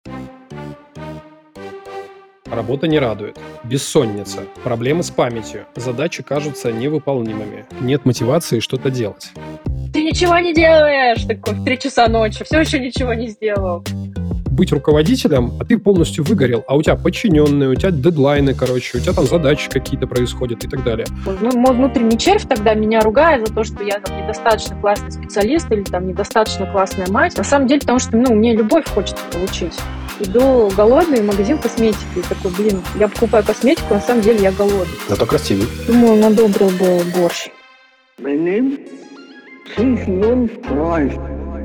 Работа не радует. Бессонница. Проблемы с памятью. Задачи кажутся невыполнимыми. Нет мотивации что-то делать. Ты ничего не делаешь! Такой в 3 часа ночи. Все еще ничего не сделал. Быть руководителем, а ты полностью выгорел, а у тебя подчиненные, у тебя дедлайны, у тебя там задачи какие-то происходят и так далее. Мой внутренний червь тогда меня ругает за то, что я там недостаточно классный специалист или там недостаточно классная мать. На самом деле, потому что мне любовь хочется получить. Иду голодный в магазин косметики и такой, я покупаю косметику, на самом деле я голодный. Зато красивый. Думаю, он одобрил бы борщ. My name is Jesus Christ.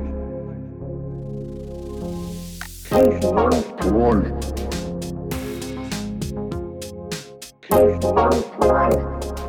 Jesus Christ. Jesus Christ.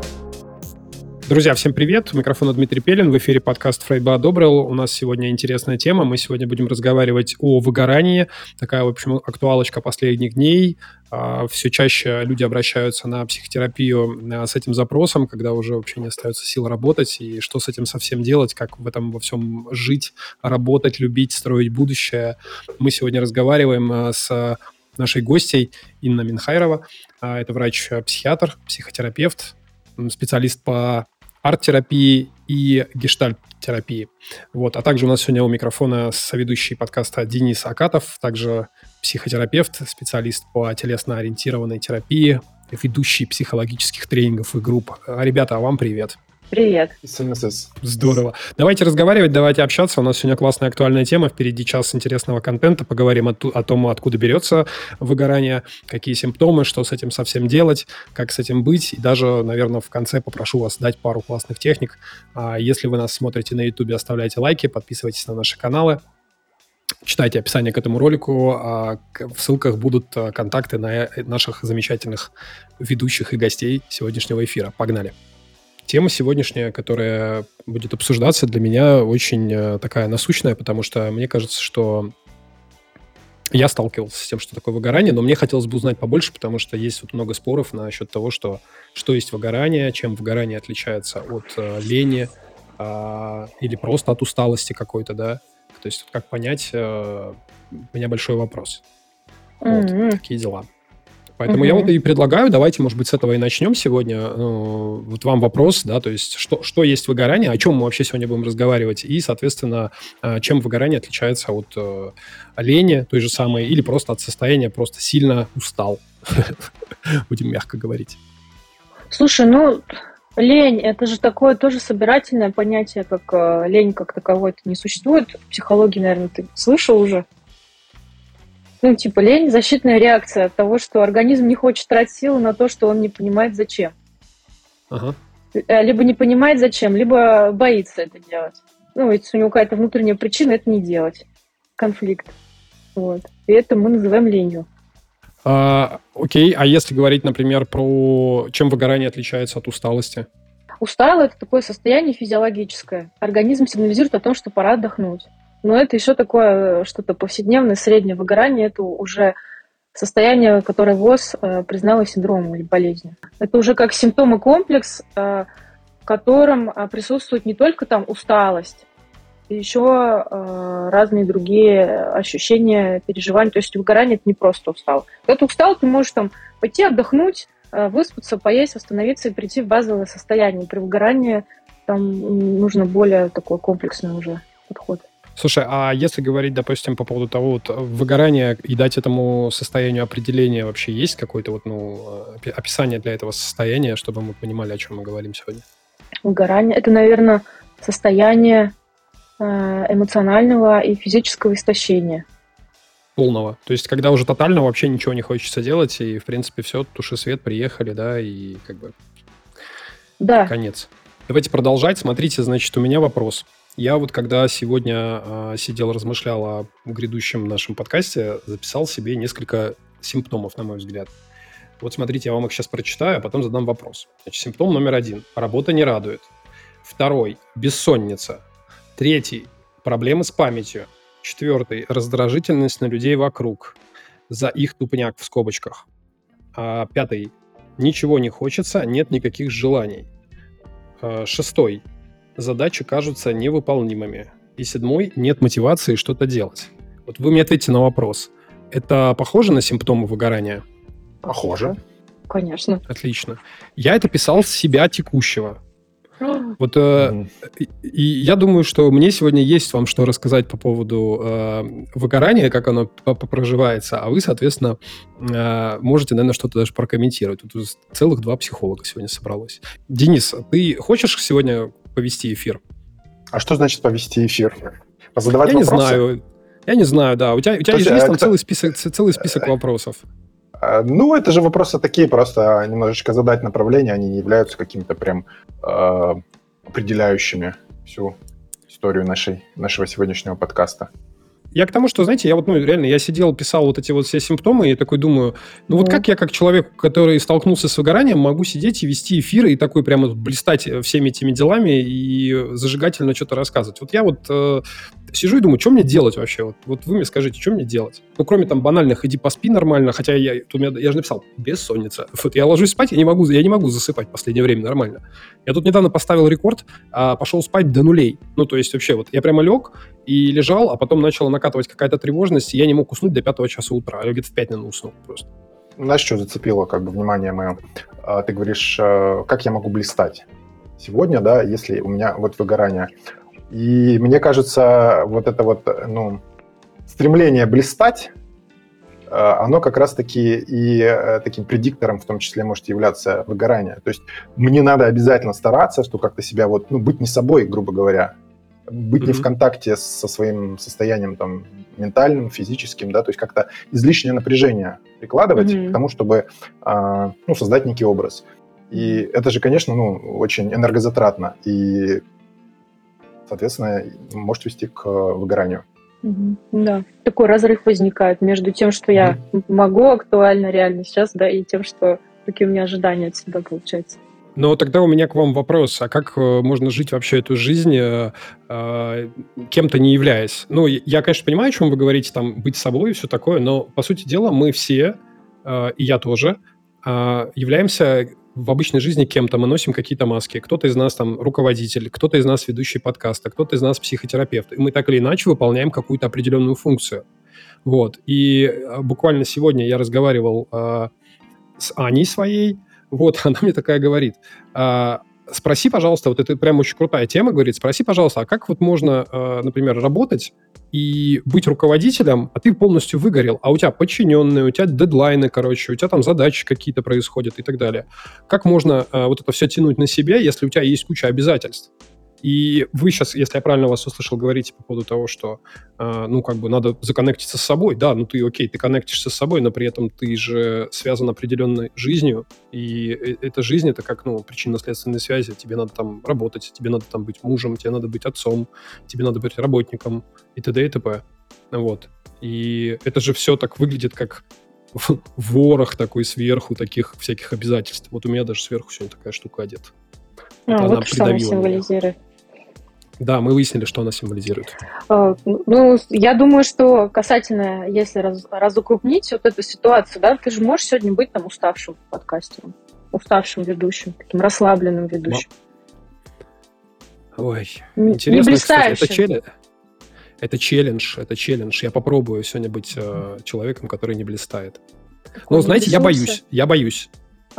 Друзья, всем привет. У микрофона Дмитрий Пелин. В эфире подкаст «Фрейд бы одобрил». У нас сегодня интересная тема. Мы сегодня будем разговаривать о выгорании. Такая, в общем, актуалочка последних дней. Все чаще люди обращаются на психотерапию с этим запросом, когда уже вообще не остается сил работать. И что с этим совсем делать, как в этом во всем жить, работать, любить, строить будущее. Мы сегодня разговариваем с нашей гостьей Инна Минхайрова. Это врач-психиатр, психотерапевт, специалист по арт-терапии и гештальт-терапии. А также у нас сегодня у микрофона соведущий подкаста Денис Акатов, также психотерапевт, специалист по телесно-ориентированной терапии, ведущий психологических тренингов и групп. Ребята, а вам привет. Привет. Здорово. Давайте разговаривать, давайте общаться. У нас сегодня классная актуальная тема. Впереди час интересного контента. Поговорим о том, откуда берется выгорание, какие симптомы, что с этим совсем делать, как с этим быть. И даже, наверное, в конце попрошу вас дать пару классных техник. Если вы нас смотрите на YouTube, оставляйте лайки, подписывайтесь на наши каналы. Читайте описание к этому ролику. В ссылках будут контакты на наших замечательных ведущих и гостей сегодняшнего эфира. Погнали. Тема сегодняшняя, которая будет обсуждаться, для меня очень такая насущная, потому что мне кажется, что я сталкивался с тем, что такое выгорание, но мне хотелось бы узнать побольше, потому что есть много споров насчет того, что есть выгорание, чем выгорание отличается от лени или просто от усталости какой-то, да. То есть как понять, у меня большой вопрос. Такие дела. Поэтому я и предлагаю, давайте, может быть, с этого и начнем сегодня. Вам вопрос, да, то есть что есть выгорание, о чем мы вообще сегодня будем разговаривать, и, соответственно, чем выгорание отличается от лени той же самой, или просто от состояния просто сильно устал, будем мягко говорить. Слушай, лень, это же такое тоже собирательное понятие, как лень как таковой не существует. В психологии, наверное, ты слышал уже. Лень – защитная реакция от того, что организм не хочет тратить силы на то, что он не понимает, зачем. Ага. Либо не понимает, зачем, либо боится это делать. Если у него какая-то внутренняя причина, это не делать. Конфликт. И это мы называем ленью. Окей, а если говорить, например, про чем выгорание отличается от усталости? Усталость – это такое состояние физиологическое. Организм сигнализирует о том, что пора отдохнуть. Но это еще такое что-то повседневное, среднее выгорание. Это уже состояние, которое ВОЗ признало синдромом или болезнью. Это уже как симптомы комплекс, в котором присутствует не только там усталость, еще разные другие ощущения, переживания. То есть выгорание – это не просто устал. Когда ты устал, ты можешь там пойти отдохнуть, выспаться, поесть, восстановиться и прийти в базовое состояние. При выгорании там нужно более такой комплексный уже подход. Слушай, а если говорить, допустим, по поводу того выгорания и дать этому состоянию определение, вообще есть какое-то описание для этого состояния, чтобы мы понимали, о чем мы говорим сегодня? Выгорание – это, наверное, состояние эмоционального и физического истощения. Полного. То есть, когда уже тотально вообще ничего не хочется делать, и, в принципе, все, туши свет, приехали, да, и да. Конец. Давайте продолжать. Смотрите, значит, у меня вопрос. Я когда сегодня сидел, размышлял о грядущем нашем подкасте, записал себе несколько симптомов, на мой взгляд. Смотрите, я вам их сейчас прочитаю, а потом задам вопрос. Значит, симптом номер 1. Работа не радует. 2. Бессонница. 3. Проблемы с памятью. 4. Раздражительность на людей вокруг. За их тупняк в скобочках. 5. Ничего не хочется, нет никаких желаний. 6. Задачи кажутся невыполнимыми. И 7. Нет мотивации что-то делать. Вы мне ответьте на вопрос. Это похоже на симптомы выгорания? Похоже. Конечно. Отлично. Я это писал с себя текущего. Вот, и я думаю, что мне сегодня есть вам что рассказать по поводу выгорания, как оно проживается, а вы, соответственно, можете, наверное, что-то даже прокомментировать. Тут целых 2 психолога сегодня собралось. Денис, ты хочешь сегодня повести эфир? А что значит повести эфир? Позадавать Я вопросы? Я не знаю, да. У тебя Слушай, есть там целый список вопросов. Ну, это же вопросы такие, просто немножечко задать направление, они не являются какими-то прям определяющими всю историю нашего сегодняшнего подкаста. Я к тому, что, знаете, я вот, реально, я сидел, писал вот эти вот все симптомы и такой думаю, вот как я, как человек, который столкнулся с выгоранием, могу сидеть и вести эфиры и такой прямо блистать всеми этими делами и зажигательно что-то рассказывать. Вот я вот сижу и думаю, что мне делать вообще? Вот вы мне скажите, что мне делать? Ну, кроме там банальных, иди поспи нормально, хотя я же написал, бессонница. Вот я ложусь спать, я не могу засыпать в последнее время нормально. Я тут недавно поставил рекорд, пошел спать до 0. Ну, то есть вообще вот я прямо лег и лежал, а потом начала накатывать какая-то тревожность, и я не мог уснуть до 5 часа утра. Я где-то в 5, наверное, уснул просто. Знаешь, что зацепило внимание мое? Ты говоришь, как я могу блистать сегодня, да, если у меня вот выгорание. И мне кажется, вот это вот, стремление блистать, оно как раз-таки и таким предиктором в том числе может являться выгорание. То есть мне надо обязательно стараться, что как-то себя быть не собой, грубо говоря, быть не в контакте со своим состоянием там ментальным, физическим, да, то есть как-то излишнее напряжение прикладывать к тому, чтобы создать некий образ. И это же, конечно, очень энергозатратно и, соответственно, может вести к выгоранию. Да, такой разрыв возникает между тем, что я могу актуально реально сейчас, да, и тем, что какие у меня ожидания от себя получаются. Но тогда у меня к вам вопрос. А как можно жить вообще эту жизнь, кем-то не являясь? Ну, я, конечно, понимаю, о чем вы говорите, там, быть собой и все такое, но, по сути дела, мы все, и я тоже, являемся в обычной жизни кем-то. Мы носим какие-то маски. Кто-то из нас там руководитель, кто-то из нас ведущий подкаста, кто-то из нас психотерапевт. И мы так или иначе выполняем какую-то определенную функцию. Вот. И буквально сегодня я разговаривал с Аней своей. Вот, она мне такая говорит, спроси, пожалуйста, вот это прям очень крутая тема, говорит, спроси, пожалуйста, а как вот можно, например, работать и быть руководителем, а ты полностью выгорел, а у тебя подчиненные, у тебя дедлайны, короче, у тебя там задачи какие-то происходят и так далее. Как можно вот это все тянуть на себя, если у тебя есть куча обязательств? И вы сейчас, если я правильно вас услышал, говорите по поводу того, что, надо законнектиться с собой. Да, ты коннектишься с собой, но при этом ты же связан определенной жизнью, и эта жизнь, это как, причинно-следственные связи. Тебе надо там работать, тебе надо там быть мужем, тебе надо быть отцом, тебе надо быть работником и т.д. и т.п. Вот. И это же все так выглядит, как ворох такой сверху таких всяких обязательств. Вот у меня даже сверху сегодня такая штука одета. Вот что она символизирует. Да, мы выяснили, что она символизирует. Я думаю, что касательно, если разукрупнить вот эту ситуацию, да, ты же можешь сегодня быть там уставшим подкастером, уставшим ведущим, таким расслабленным ведущим. Ой, интересно, кстати, это челлендж. Я попробую сегодня быть человеком, который не блистает. Но, знаете, я боюсь.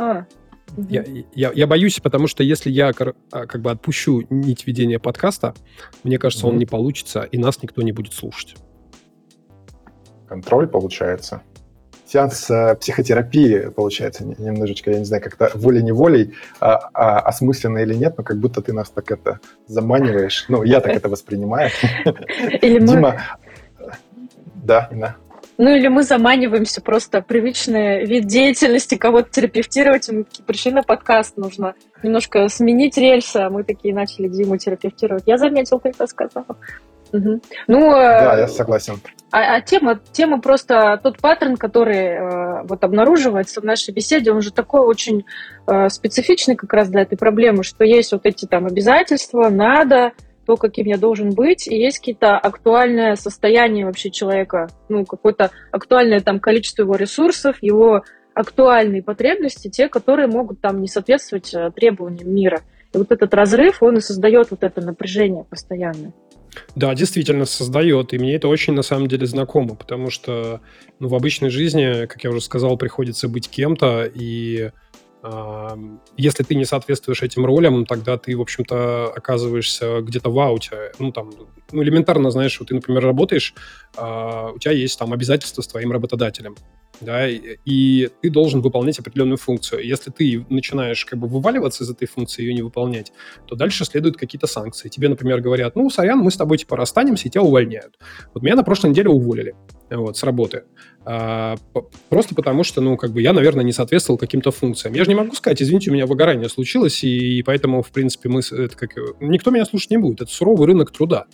Я боюсь, потому что если я отпущу нить ведения подкаста, мне кажется, он не получится, и нас никто не будет слушать. Контроль получается. Сеанс психотерапии получается немножечко, я не знаю, как-то волей-неволей, осмысленно или нет, но как будто ты нас так это заманиваешь. Я так это воспринимаю. Дима... Да, Инна. Или мы заманиваемся, просто привычный вид деятельности, кого-то терапевтировать, и мы такие, пришли на подкаст, нужно немножко сменить рельсы, а мы такие начали Диму терапевтировать. Я заметил, ты это сказал. Да, я согласен. Тема просто, тот паттерн, который обнаруживается в нашей беседе, он же такой очень специфичный как раз для этой проблемы, что есть вот эти там обязательства, надо, то, каким я должен быть, и есть какие-то актуальные состояния вообще человека, какое-то актуальное там количество его ресурсов, его актуальные потребности, те, которые могут там не соответствовать требованиям мира. И вот этот разрыв, он и создает вот это напряжение постоянное. Да, действительно создает, и мне это очень на самом деле знакомо, потому что в обычной жизни, как я уже сказал, приходится быть кем-то, и если ты не соответствуешь этим ролям, тогда ты, в общем-то, оказываешься где-то в ауте. Элементарно, знаешь, вот ты, например, работаешь, у тебя есть там обязательства с твоим работодателем, да, и ты должен выполнять определенную функцию. Если ты начинаешь как бы вываливаться из этой функции и ее не выполнять, то дальше следуют какие-то санкции. Тебе, например, говорят, сорян, мы с тобой типа расстанемся, и тебя увольняют. Вот меня на прошлой неделе уволили с работы. Просто потому что, я, наверное, не соответствовал каким-то функциям. Я же не могу сказать, извините, у меня выгорание случилось, и поэтому, в принципе, никто меня слушать не будет. Это суровый рынок труда.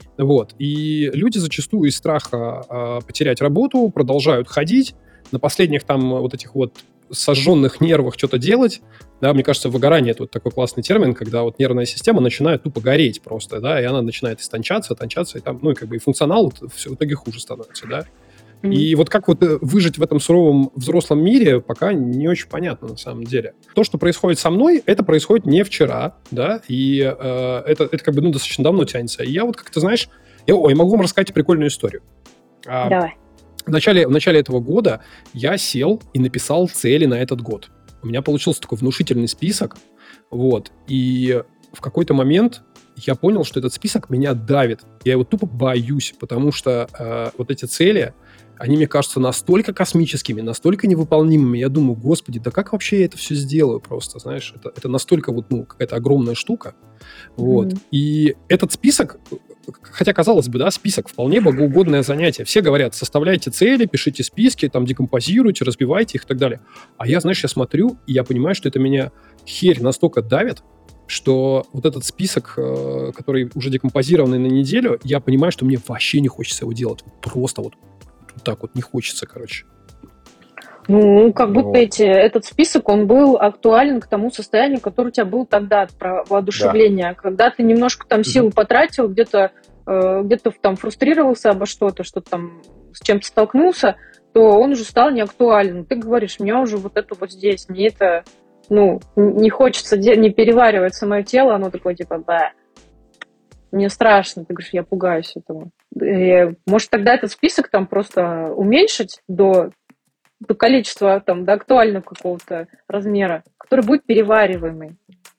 И люди зачастую из страха потерять работу продолжают ходить, на последних там вот этих вот сожженных нервах что-то делать. Да, мне кажется, выгорание – это вот такой классный термин, когда вот нервная система начинает тупо гореть просто, да, и она начинает истончаться, и там, и функционал все в итоге хуже становится, да. И вот как вот выжить в этом суровом взрослом мире, пока не очень понятно на самом деле. То, что происходит со мной, это происходит не вчера, да, и это как бы достаточно давно тянется. И я вот как-то, знаешь, я могу вам рассказать прикольную историю. Давай. В начале этого года я сел и написал цели на этот год. У меня получился такой внушительный список, и в какой-то момент я понял, что этот список меня давит. Я его тупо боюсь, потому что вот эти цели, они мне кажутся настолько космическими, настолько невыполнимыми. Я думаю, господи, да как вообще я это все сделаю просто, знаешь? Это настолько какая-то огромная штука. И этот список, хотя, казалось бы, да, список вполне богоугодное занятие. Все говорят, составляйте цели, пишите списки, там, декомпозируйте, разбивайте их и так далее. А я, знаешь, я смотрю, и я понимаю, что это меня херь настолько давит, что вот этот список, который уже декомпозированный на неделю, я понимаю, что мне вообще не хочется его делать. Просто вот так вот не хочется, короче. Как будто этот список, он был актуален к тому состоянию, которое у тебя было тогда, про воодушевление. Да. Когда ты немножко там силу потратил, где-то там фрустрировался обо что-то там с чем-то столкнулся, то он уже стал неактуален. Ты говоришь, меня уже вот это вот здесь, мне это, не хочется, не переваривается мое тело, оно такое типа, мне страшно. Ты говоришь, я пугаюсь этого. Может, тогда этот список там просто уменьшить до количества там, до актуального какого-то размера, который будет перевариваемый.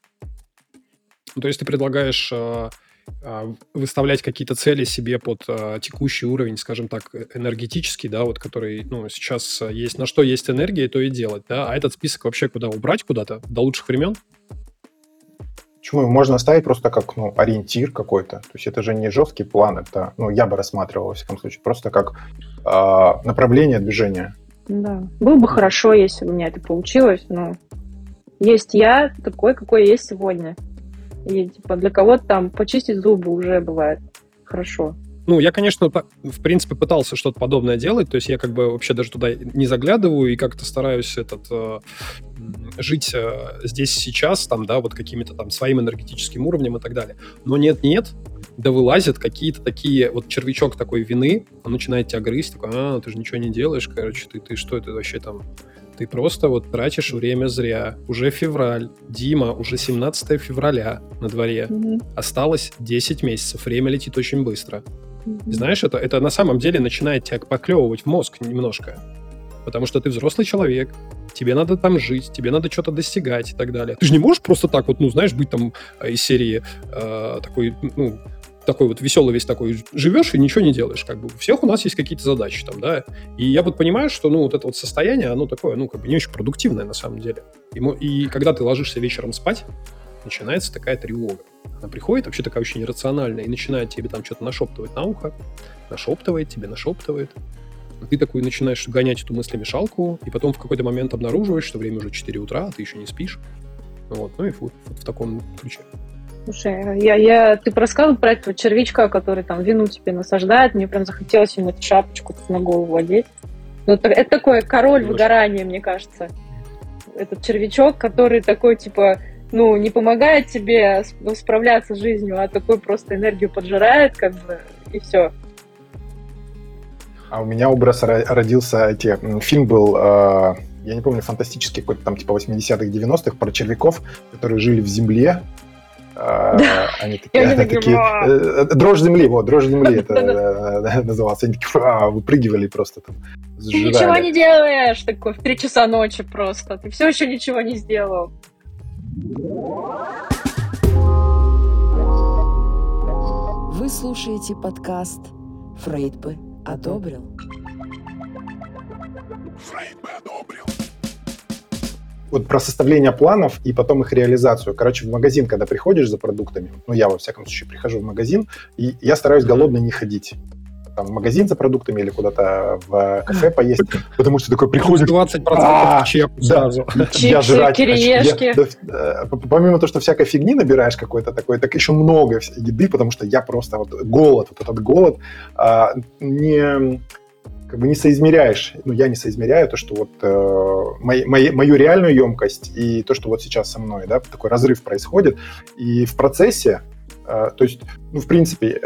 То есть ты предлагаешь выставлять какие-то цели себе под текущий уровень, скажем так, энергетический, да, вот который, сейчас есть, на что есть энергия, то и делать, да, а этот список вообще куда убрать куда-то до лучших времен? Почему? Можно ставить просто как ориентир какой-то. То есть это же не жесткий план, это, я бы рассматривал, во всяком случае, просто как направление движения. Да. Было бы хорошо, если бы у меня это получилось, но есть я такой, какой есть сегодня. И для кого-то там почистить зубы уже бывает хорошо. Я, конечно, в принципе, пытался что-то подобное делать, то есть я как бы вообще даже туда не заглядываю и как-то стараюсь жить здесь сейчас, там, да, вот какими-то там своим энергетическим уровнем и так далее. Но нет, да вылазят какие-то такие, вот червячок такой вины, он начинает тебя грызть, такой, ты же ничего не делаешь, короче, ты что это вообще там... Ты просто тратишь время зря. Уже февраль. Дима, уже 17 февраля на дворе. Осталось 10 месяцев. Время летит очень быстро. И знаешь, это на самом деле начинает тебя поклевывать в мозг немножко. Потому что ты взрослый человек. Тебе надо там жить, тебе надо что-то достигать и так далее. Ты же не можешь просто так быть там из серии такой вот веселый весь такой, живешь и ничего не делаешь, как бы. У всех у нас есть какие-то задачи там, да. И я понимаю, что, вот это вот состояние, оно такое, как бы не очень продуктивное на самом деле. И когда ты ложишься вечером спать, начинается такая тревога. Она приходит вообще такая очень иррациональная и начинает тебе там что-то нашептывать на ухо, нашептывает. Ты такой начинаешь гонять эту мыслемешалку, и потом в какой-то момент обнаруживаешь, что время уже 4 утра, а ты еще не спишь. И в таком ключе. Слушай, ты рассказывал про этого червячка, который там вину тебе насаждает. Мне прям захотелось ему эту шапочку на голову одеть. Это такой король выгорания, мне кажется. Этот червячок, который такой, типа, не помогает тебе справляться с жизнью, а такой просто энергию поджирает, как бы, и все. А у меня образ родился, фильм был, я не помню, фантастический какой-то там, типа 80-х, 90-х, про червяков, которые жили в земле. Они И они такие, дрожь земли, это называлось. Они такие выпрыгивали просто там, Ты ничего сжирали. не делаешь, такой, в 3 часа ночи просто. Ты все еще ничего не сделал. Вы слушаете подкаст «Фрейд бы одобрил». Вот про составление планов и потом их реализацию. Короче, в магазин, когда приходишь за продуктами, я, во всяком случае, прихожу в магазин, и я стараюсь голодный не ходить. Там, в магазин за продуктами или куда-то в кафе поесть, потому что такой приходишь... 20% чеку сразу. Чипсы, кириешки. Помимо того, что всякой фигни набираешь какой-то такой, так еще много еды, потому что я просто голод, этот голод не соизмеряешь, я не соизмеряю то, что мою реальную емкость и то, что вот сейчас со мной, да, такой разрыв происходит, и в процессе, то есть, в принципе,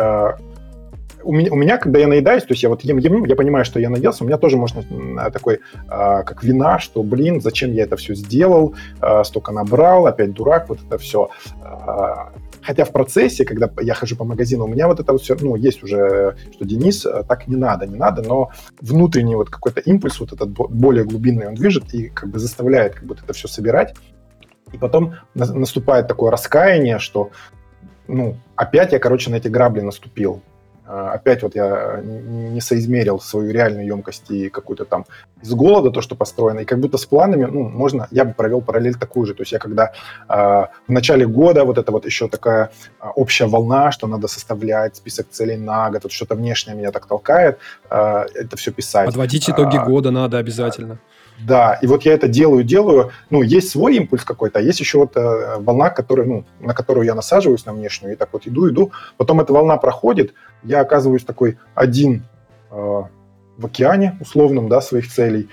у меня, когда я наедаюсь, то есть я ем, я понимаю, что я наелся, у меня тоже можно такой, как вина, что, зачем я это все сделал, столько набрал, опять дурак, вот это все. Хотя в процессе, когда я хожу по магазину, у меня вот это вот все, есть уже, что Денис, так не надо, но внутренний вот какой-то импульс, вот этот более глубинный, он движет и как бы заставляет как бы это все собирать. И потом наступает такое раскаяние, что, опять я, на эти грабли наступил. Опять вот я не соизмерил свою реальную емкость и какую-то там из голода то, что построено. И как будто с планами, я бы провел параллель такую же. То есть я когда в начале года вот это вот еще такая общая волна, что надо составлять список целей на год, вот что-то внешнее меня так толкает, это все писать. Подводить итоги года надо обязательно. Да, и вот я это делаю. Есть свой импульс какой-то, а есть еще вот волна, на которую я насаживаюсь, на внешнюю, и так вот иду. Потом эта волна проходит, я оказываюсь такой один в океане условном, да, своих целей.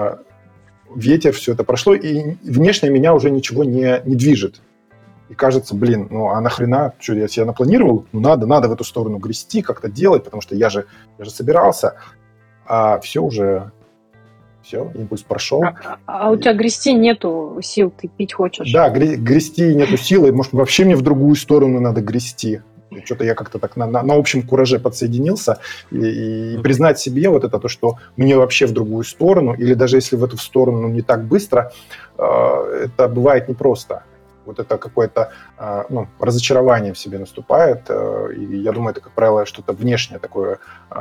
Ветер, все это прошло, и внешне меня уже ничего не движет. И кажется, а нахрена, что я себе напланировал? Надо в эту сторону грести, как-то делать, потому что я же собирался, а все уже... Все, импульс прошел. А у тебя грести нету сил, ты пить хочешь? Да, грести нету силы. Может, вообще мне в другую сторону надо грести. Что-то я как-то так на общем кураже подсоединился. И признать себе вот это то, что мне вообще в другую сторону, или даже если в эту сторону не так быстро, это бывает непросто. Вот это какое-то разочарование в себе наступает. И я думаю, это, как правило, что-то внешнее такое,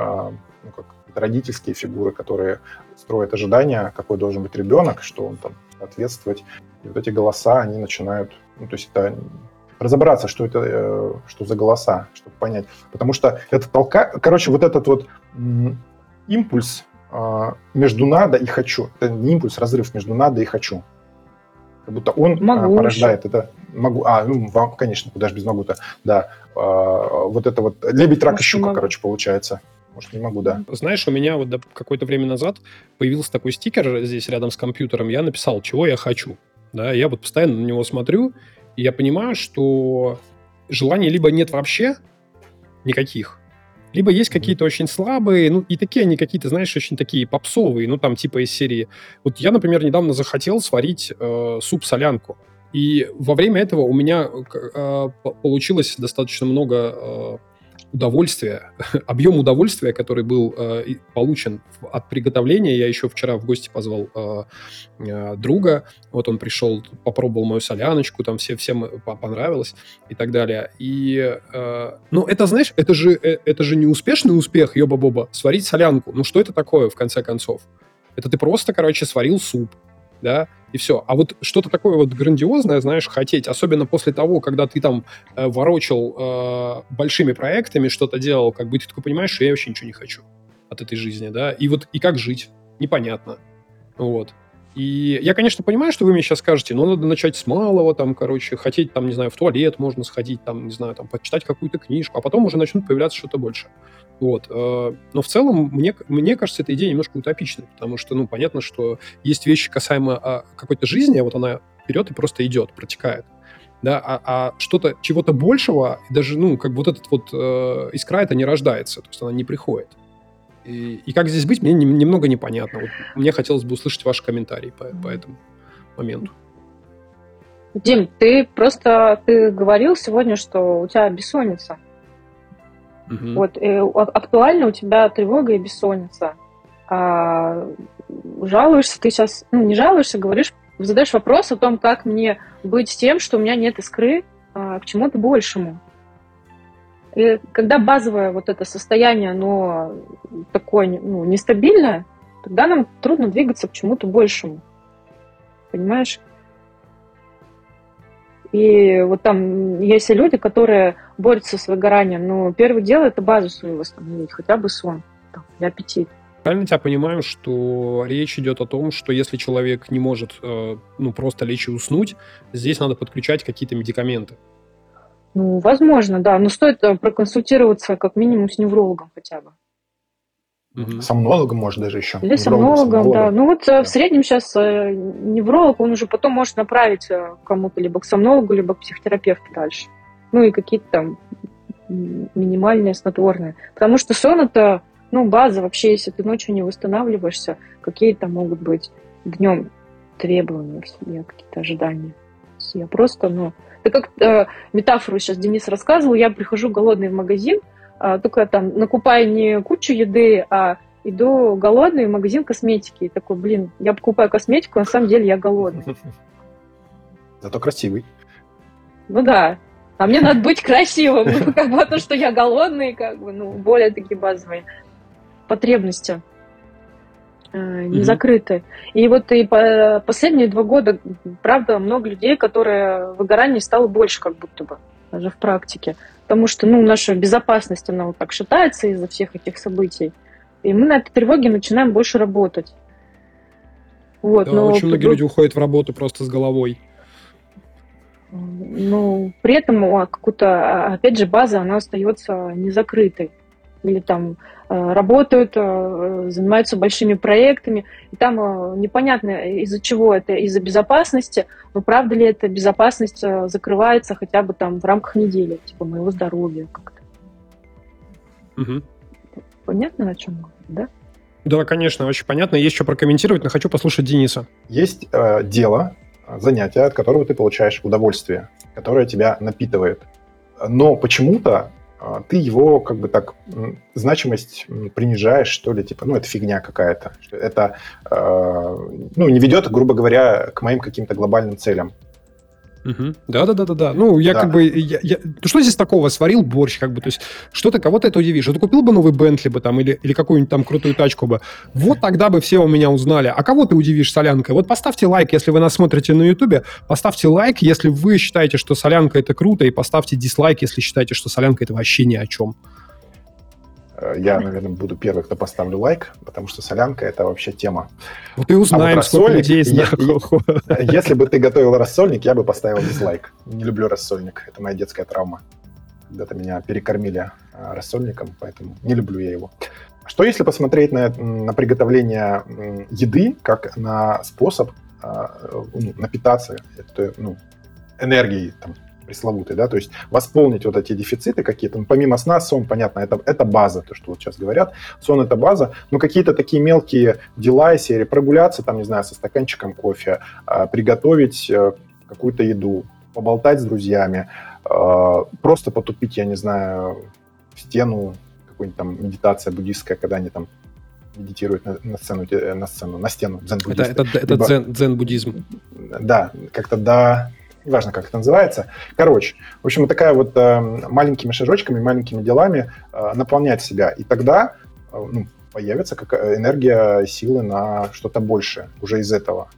как родительские фигуры, которые строят ожидания, какой должен быть ребенок, что он там соответствовать. И вот эти голоса, они начинают... то есть это разобраться, что за голоса, чтобы понять. Потому что это вот этот вот импульс между надо и хочу. Это не импульс, разрыв между надо и хочу. Как будто он порождает это. Могу. Конечно, куда же без могу-то. Да. Вот это вот лебедь, рак и щука, получается. Может, не могу, да. Знаешь, у меня вот какое-то время назад появился такой стикер здесь рядом с компьютером. Я написал, чего я хочу. Да, я вот постоянно на него смотрю, и я понимаю, что желаний либо нет вообще никаких, либо есть какие-то очень слабые, и такие они какие-то, знаешь, очень такие попсовые, там типа из серии. Вот я, например, недавно захотел сварить суп-солянку. И во время этого у меня получилось достаточно много удовольствия, объем удовольствия, который был получен от приготовления. Я еще вчера в гости позвал друга. Вот он пришел, попробовал мою соляночку, там всем понравилось и так далее. И, это, знаешь, это же не успешный успех, ёба-боба, сварить солянку. Что это такое, в конце концов? Это ты просто, сварил суп, да, и все. А вот что-то такое вот грандиозное, знаешь, хотеть, особенно после того, когда ты там ворочал большими проектами, что-то делал, как бы ты такой понимаешь, что я вообще ничего не хочу от этой жизни, да, и как жить, непонятно, вот. И я, конечно, понимаю, что вы мне сейчас скажете, надо начать с малого, хотеть, не знаю, в туалет можно сходить, не знаю, почитать какую-то книжку, а потом уже начнут появляться что-то больше. Вот. Но в целом, мне кажется, эта идея немножко утопичной, потому что, понятно, что есть вещи касаемо какой-то жизни, а вот она берет и просто идет, протекает. Да, а что-то, чего-то большего, даже, вот этот вот искра, это не рождается, то есть она не приходит. И как здесь быть, мне немного непонятно. Вот мне хотелось бы услышать ваши комментарии по этому моменту. Дим, ты говорил сегодня, что у тебя бессонница. Вот, актуально у тебя тревога и бессонница. Жалуешься ты сейчас, не жалуешься, говоришь, задаешь вопрос о том, как мне быть с тем, что у меня нет искры к чему-то большему. И когда базовое вот это состояние, оно такое, нестабильное, тогда нам трудно двигаться к чему-то большему. Понимаешь? И вот там есть люди, которые борются с выгоранием, но первое дело – это базу свою восстановить, хотя бы сон и аппетит. Правильно тебя понимаю, что речь идет о том, что если человек не может просто лечь и уснуть, здесь надо подключать какие-то медикаменты? Возможно, да, но стоит проконсультироваться как минимум с неврологом хотя бы. Сомнологом, может, даже еще. Или сомнологом, да. В среднем сейчас невролог, он уже потом может направить кому-то либо к сомнологу, либо к психотерапевту дальше. И какие-то там минимальные снотворные. Потому что сон – это, база вообще, если ты ночью не восстанавливаешься, какие там могут быть днем требования в себе, какие-то ожидания. Я просто, это как метафору сейчас Денис рассказывал, я прихожу голодный в магазин, только там накупаю не кучу еды, а иду голодный в магазин косметики. И такой, я покупаю косметику, на самом деле я голодный. Зато красивый. Да. А мне надо быть красивым. То, что я голодный, более такие базовые потребности не закрыты. И последние 2 года, правда, много людей, которые выгорание стало больше как будто бы, даже в практике. Потому что, наша безопасность, она так шатается из-за всех этих событий. И мы на этой тревоге начинаем больше работать. Очень многие люди уходят в работу просто с головой. При этом какую-то, опять же, база, она остается не закрытой. Или там работают, занимаются большими проектами, и там непонятно, из-за чего это, из-за безопасности, но правда ли эта безопасность закрывается хотя бы там в рамках недели, типа моего здоровья как-то. Понятно, о чем говорю, да? Да, конечно, очень понятно. Есть что прокомментировать, но хочу послушать Дениса. Есть дело, занятие, от которого ты получаешь удовольствие, которое тебя напитывает. Но почему-то ты его значимость принижаешь, что ли, это фигня какая-то. Это не ведет, грубо говоря, к моим каким-то глобальным целям. Да. Что здесь такого? Сварил борщ, то есть кого-то это удивишь. Ты купил бы новый Бентли бы там или какую-нибудь там крутую тачку бы. Вот тогда бы все у меня узнали. А кого ты удивишь солянкой? Вот поставьте лайк, если вы нас смотрите на Ютубе, поставьте лайк, если вы считаете, что солянка это круто, и поставьте дизлайк, если считаете, что солянка это вообще ни о чем. Я, наверное, буду первый, кто поставлю лайк, потому что солянка – это вообще тема. Вот и узнаем, сколько людей знает. Если бы ты готовил рассольник, я бы поставил дизлайк. Не люблю рассольник, это моя детская травма. Когда-то меня перекормили рассольником, поэтому не люблю я его. Что если посмотреть на приготовление еды как на способ напитаться энергией, пресловутый, да, то есть восполнить вот эти дефициты какие-то. Помимо сна, сон, понятно, это база, то, что вот сейчас говорят. Сон – это база, но какие-то такие мелкие дела из серии прогуляться, со стаканчиком кофе, приготовить какую-то еду, поболтать с друзьями, просто потупить, я не знаю, в стену, какую-нибудь там медитация буддистская, когда они там медитируют на стену, дзен-буддисты. Это дзен-буддизм. Да, как-то неважно, как это называется. Короче, в общем, такая вот маленькими шажочками, маленькими делами наполнять себя. И тогда появится энергия, силы на что-то большее уже из этого.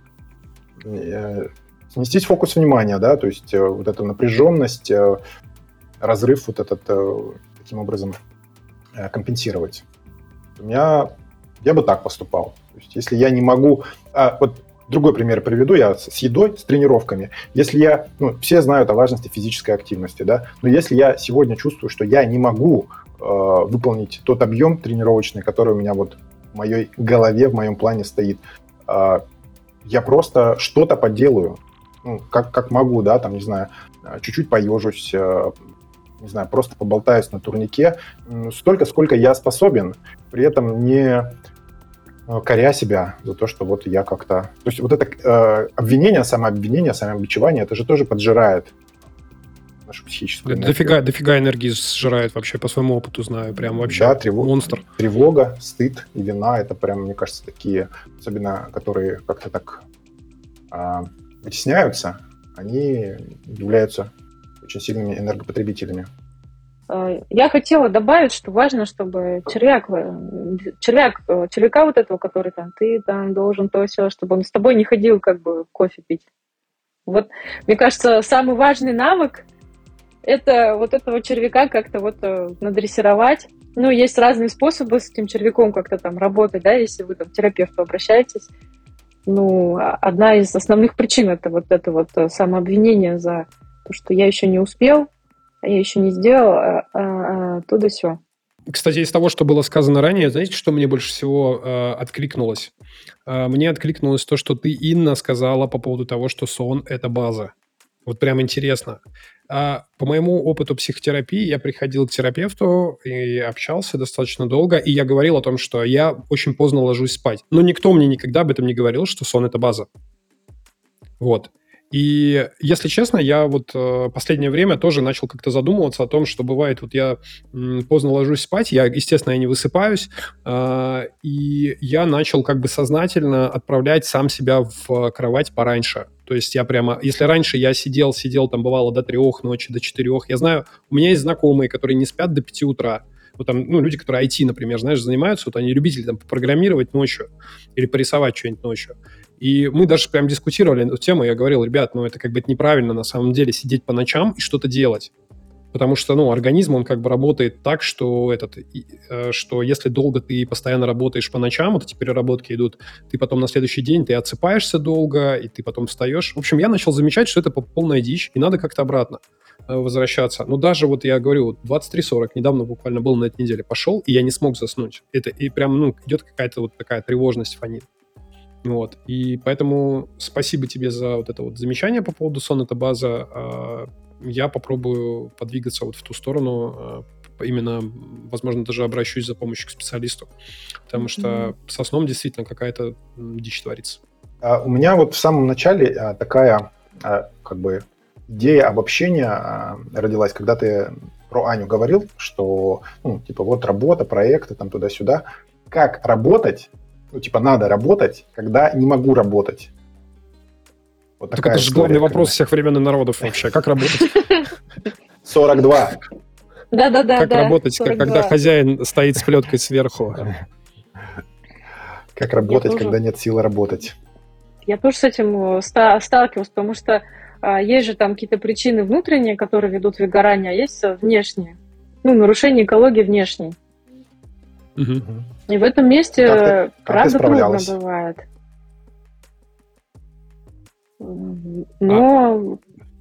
Сместить фокус внимания, да, то есть вот эту напряженность, разрыв вот этот таким образом компенсировать. Я бы так поступал. То есть если я не могу... Другой пример приведу, я с едой, с тренировками. Если я, все знают о важности физической активности, да, но если я сегодня чувствую, что я не могу выполнить тот объем тренировочный, который у меня вот в моей голове, в моем плане стоит, я просто что-то поделаю, как могу, да, там, не знаю, чуть-чуть поежусь, не знаю, просто поболтаюсь на турнике, столько, сколько я способен, при этом не коря себя за то, что вот я как-то... То есть вот это обвинение, самообичевание, это же тоже поджирает нашу психическую энергию. Дофига энергии сжирает вообще, по своему опыту знаю, прям вообще Да, монстр. Тревога, стыд и вина, это прям, мне кажется, такие, особенно которые как-то так вытесняются, они являются очень сильными энергопотребителями. Я хотела добавить, что важно, чтобы червяка вот этого, который там, ты там должен то все, чтобы он с тобой не ходил как бы кофе пить. Вот, мне кажется, самый важный навык – это вот этого червяка как-то вот надрессировать. Ну, есть разные способы с этим червяком как-то там работать, да, если вы там к терапевту обращаетесь. Ну, одна из основных причин – это вот самообвинение за то, что я еще не успел, я еще не сделал, то да сё. Кстати, из того, что было сказано ранее, знаете, что мне больше всего откликнулось? Мне откликнулось то, что ты, Инна, сказала по поводу того, что сон – это база. Вот прям интересно. По моему опыту психотерапии я приходил к терапевту и общался достаточно долго, и я говорил о том, что я очень поздно ложусь спать. Но никто мне никогда об этом не говорил, что сон – это база. Вот. И, если честно, я вот последнее время тоже начал как-то задумываться о том, что бывает, вот я поздно ложусь спать, естественно, я не высыпаюсь, и я начал как бы сознательно отправлять сам себя в кровать пораньше. То есть я прямо, если раньше я сидел, там бывало до 3 ночи, до 4, я знаю, у меня есть знакомые, которые не спят до 5 утра. Вот там, люди, которые IT, например, знаешь, занимаются, вот они любители там попрограммировать ночью или порисовать что-нибудь ночью. И мы даже прям дискутировали эту тему, я говорил, ребят, это как бы это неправильно на самом деле сидеть по ночам и что-то делать. Потому что, организм, он как бы работает так, что что если долго ты постоянно работаешь по ночам, вот эти переработки идут, ты потом на следующий день, ты отсыпаешься долго, и ты потом встаешь. В общем, я начал замечать, что это полная дичь, и надо как-то обратно возвращаться. Но даже вот я говорю, 23:40, недавно буквально был на этой неделе, пошел, и я не смог заснуть. Это и прям, идет какая-то вот такая тревожность фонит. Вот. И поэтому спасибо тебе за вот это вот замечание по поводу сон, это база. Я попробую подвигаться вот в ту сторону, именно, возможно, даже обращусь за помощью к специалисту, потому что со сном действительно какая-то дичь творится. У меня вот в самом начале такая как бы идея обобщения родилась, когда ты про Аню говорил, что, вот работа, проекты, там туда-сюда. Как работать, надо работать, когда не могу работать. Вот так это же главный вопрос всех времен и народов вообще. Как работать? 42. Да. Как работать, когда хозяин стоит с плеткой сверху? Как работать, когда нет силы работать? Я тоже с этим сталкивалась, потому что есть же там какие-то причины внутренние, которые ведут к выгоранию, а есть внешние. Нарушение экологии внешней. Угу. И в этом месте, правда, трудно бывает. Но,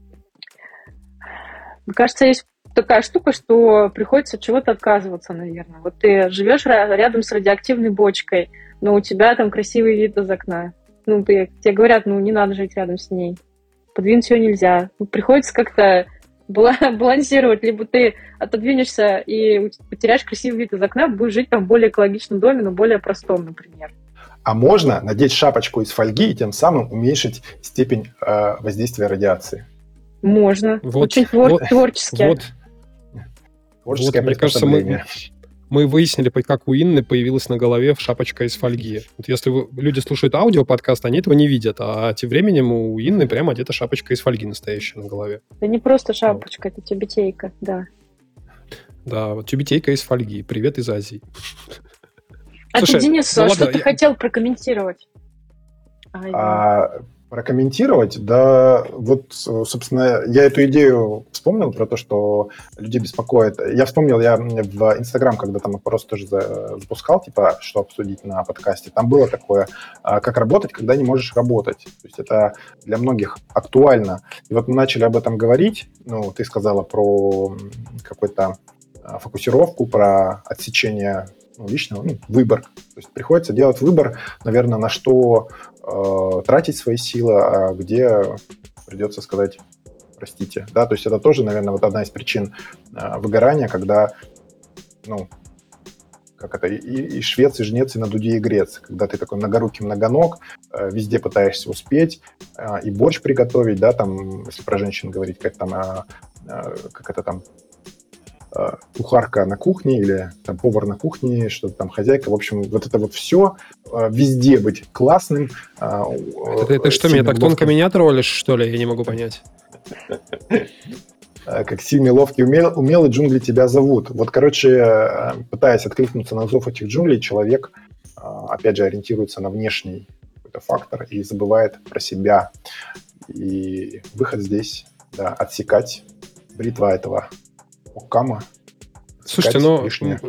мне кажется, есть такая штука, что приходится от чего-то отказываться, наверное. Вот ты живешь рядом с радиоактивной бочкой, но у тебя там красивый вид из окна. Тебе говорят, не надо жить рядом с ней. Подвинуть ее нельзя. Приходится как-то балансировать. Либо ты отодвинешься и потеряешь красивый вид из окна, будешь жить там в более экологичном доме, но более простом, например. А можно надеть шапочку из фольги и тем самым уменьшить степень воздействия радиации? Можно. Очень творчески. Творческое мне кажется, мы выяснили, как у Инны появилась на голове шапочка из фольги. Вот если люди слушают аудиоподкаст, они этого не видят, а тем временем у Инны прямо одета шапочка из фольги настоящая на голове. Это не просто шапочка, это тюбетейка, да. Да, вот тюбетейка из фольги. Привет из Азии. Слушай, Денис, что ты хотел прокомментировать? Прокомментировать? Да, вот, собственно, я эту идею вспомнил про то, что людей беспокоит. Я вспомнил, я в Инстаграм, когда там опрос тоже запускал, что обсудить на подкасте, там было такое, как работать, когда не можешь работать. То есть это для многих актуально. И вот мы начали об этом говорить. Ты сказала про какую-то фокусировку, про отсечение личного, выбор. То есть приходится делать выбор, наверное, на что тратить свои силы, а где придется сказать простите. Да? То есть это тоже, наверное, вот одна из причин выгорания, когда как это, и швец, и жнец, и на дуде, и грец. Когда ты такой многорукий многоног, везде пытаешься успеть, и борщ приготовить, да, там, если про женщин говорить, как это там, кухарка на кухне или там повар на кухне, что-то там хозяйка. В общем, вот это вот все, везде быть классным. Ты что, меня так тонко меня троллишь, что ли? Я не могу понять. Как сильный, ловкий, умелый джунгли тебя зовут. Вот, короче, пытаясь откликнуться на зов этих джунглей, человек, опять же, ориентируется на внешний какой-то фактор и забывает про себя. И выход здесь, да, отсекать бритва этого Оккама. Слушайте, но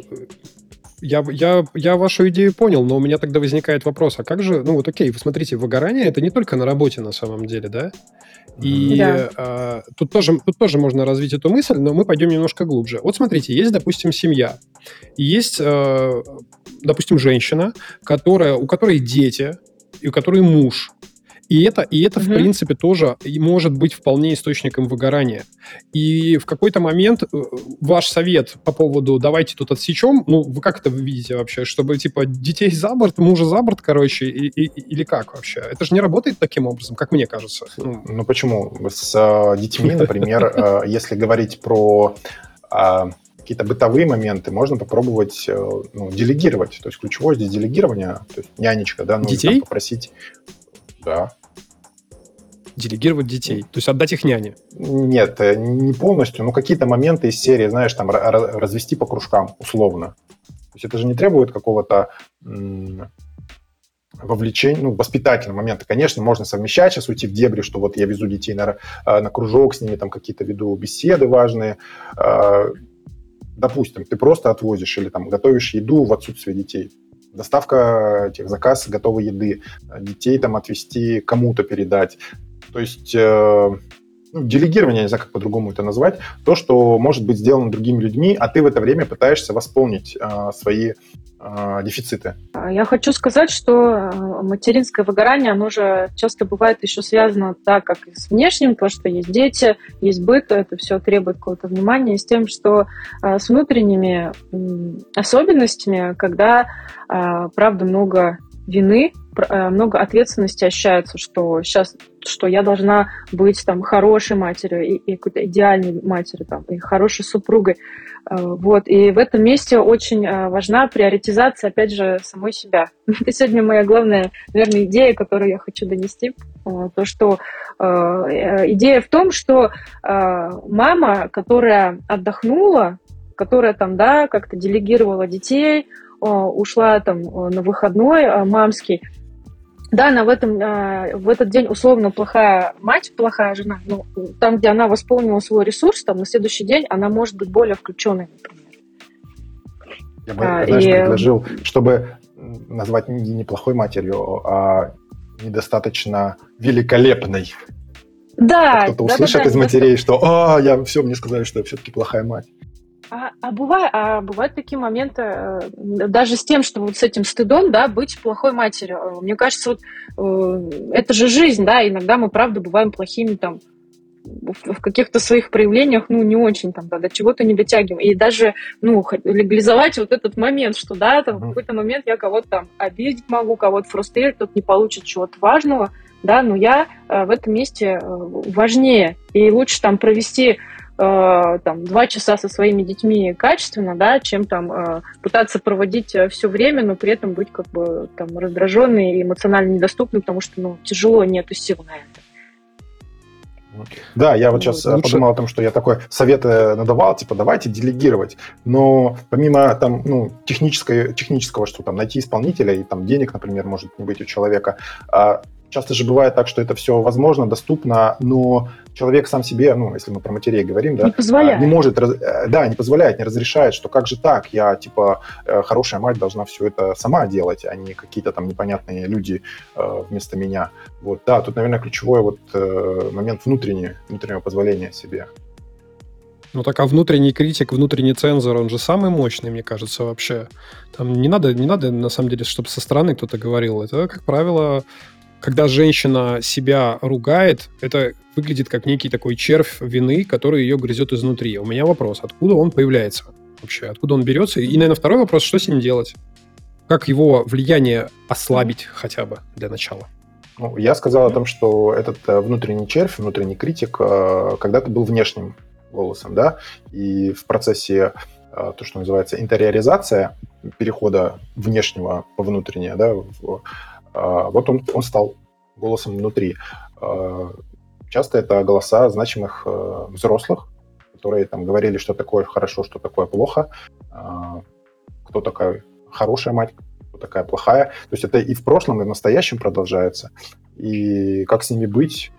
я вашу идею понял, но у меня тогда возникает вопрос, а как же, ну вот окей, вы смотрите, выгорание это не только на работе на самом деле, да? И тут тоже можно развить эту мысль, но мы пойдем немножко глубже. Вот смотрите, есть, допустим, семья, и есть, допустим, женщина, у которой дети, и у которой муж. И это в принципе, тоже может быть вполне источником выгорания. И в какой-то момент ваш совет по поводу «давайте тут отсечем», ну, вы как это видите вообще? Чтобы, типа, детей за борт, мужа за борт, короче, или как вообще? Это же не работает таким образом, как мне кажется. Ну почему? С детьми, например, если говорить про какие-то бытовые моменты, можно попробовать делегировать. То есть ключевое здесь делегирование, то есть нянечка, да, нужно детей? Попросить... Да. Делегировать детей, то есть отдать их няне? Нет, не полностью, но какие-то моменты из серии, знаешь, там развести по кружкам, условно. То есть это же не требует какого-то вовлечения, воспитательного момента. Конечно, можно совмещать, сейчас уйти в дебри, что вот я везу детей на кружок, с ними там какие-то веду беседы важные. Допустим, ты просто отвозишь или там готовишь еду в отсутствие детей. Доставка заказ готовой еды, детей там отвезти, кому-то передать. То есть делегирование, я не знаю, как по-другому это назвать, то, что может быть сделано другими людьми, а ты в это время пытаешься восполнить свои дефициты. Я хочу сказать, что материнское выгорание, оно же часто бывает еще связано так, как и с внешним, то, что есть дети, есть быт, это все требует какого-то внимания, и с тем, что с внутренними особенностями, когда, правда, много вины, много ответственности ощущается, что я должна быть там хорошей матерью и какой-то идеальной матерью, там, и хорошей супругой. Вот. И в этом месте очень важна приоритизация, опять же, самой себя. Это сегодня моя главная, наверное, идея, которую я хочу донести. То, что идея в том, что мама, которая отдохнула, которая там, да, как-то делегировала детей, ушла там на выходной мамский, да, она в этот день условно плохая мать, плохая жена, но там, где она восполнила свой ресурс, там на следующий день она может быть более включенной, например. Я бы, предложил, чтобы назвать не неплохой матерью, а недостаточно великолепной. Да. Кто-то услышит из матерей, что мне сказали, что я все-таки плохая мать. Бывают такие моменты, даже с тем, что вот с этим стыдом, да, быть плохой матерью. Мне кажется, это же жизнь, да, иногда мы, правда, бываем плохими там в каких-то своих проявлениях, не очень там, да, до чего-то не дотягиваем. И даже, легализовать вот этот момент, что, да, там в какой-то момент я кого-то там обидеть могу, кого-то фрустрировать, кто-то не получит чего-то важного, да, но я в этом месте важнее. И лучше там провести 2 часа со своими детьми качественно, да, чем там пытаться проводить все время, но при этом быть как бы там раздраженной и эмоционально недоступной, потому что, тяжело, нету сил на это. Да, я вот сейчас подумал о том, что я такой совет надавал, типа, давайте делегировать. Но помимо там, технического, что там найти исполнителя и там денег, например, может не быть у человека, часто же бывает так, что это все возможно, доступно, но человек сам себе, если мы про матерей говорим, да, не позволяет. Не может, не позволяет, не разрешает, что как же так, я, хорошая мать должна все это сама делать, а не какие-то там непонятные люди вместо меня. Вот, да, тут, наверное, ключевой момент внутреннего позволения себе. А внутренний критик, внутренний цензор, он же самый мощный, мне кажется, вообще. Там не надо, на самом деле, чтобы со стороны кто-то говорил. Это, как правило, когда женщина себя ругает, это выглядит как некий такой червь вины, который ее грызет изнутри. У меня вопрос, откуда он появляется? вообще? Откуда он берется? И, наверное, второй вопрос, что с ним делать? Как его влияние ослабить хотя бы для начала? Ну, я сказал о том, что этот внутренний червь, внутренний критик когда-то был внешним голосом, да, и в процессе то, что называется интериоризация, перехода внешнего во внутреннее, да, вот он стал голосом внутри. Часто это голоса значимых взрослых, которые там говорили, что такое хорошо, что такое плохо, кто такая хорошая мать, кто такая плохая. То есть это и в прошлом, и в настоящем продолжается. И как с ними быть?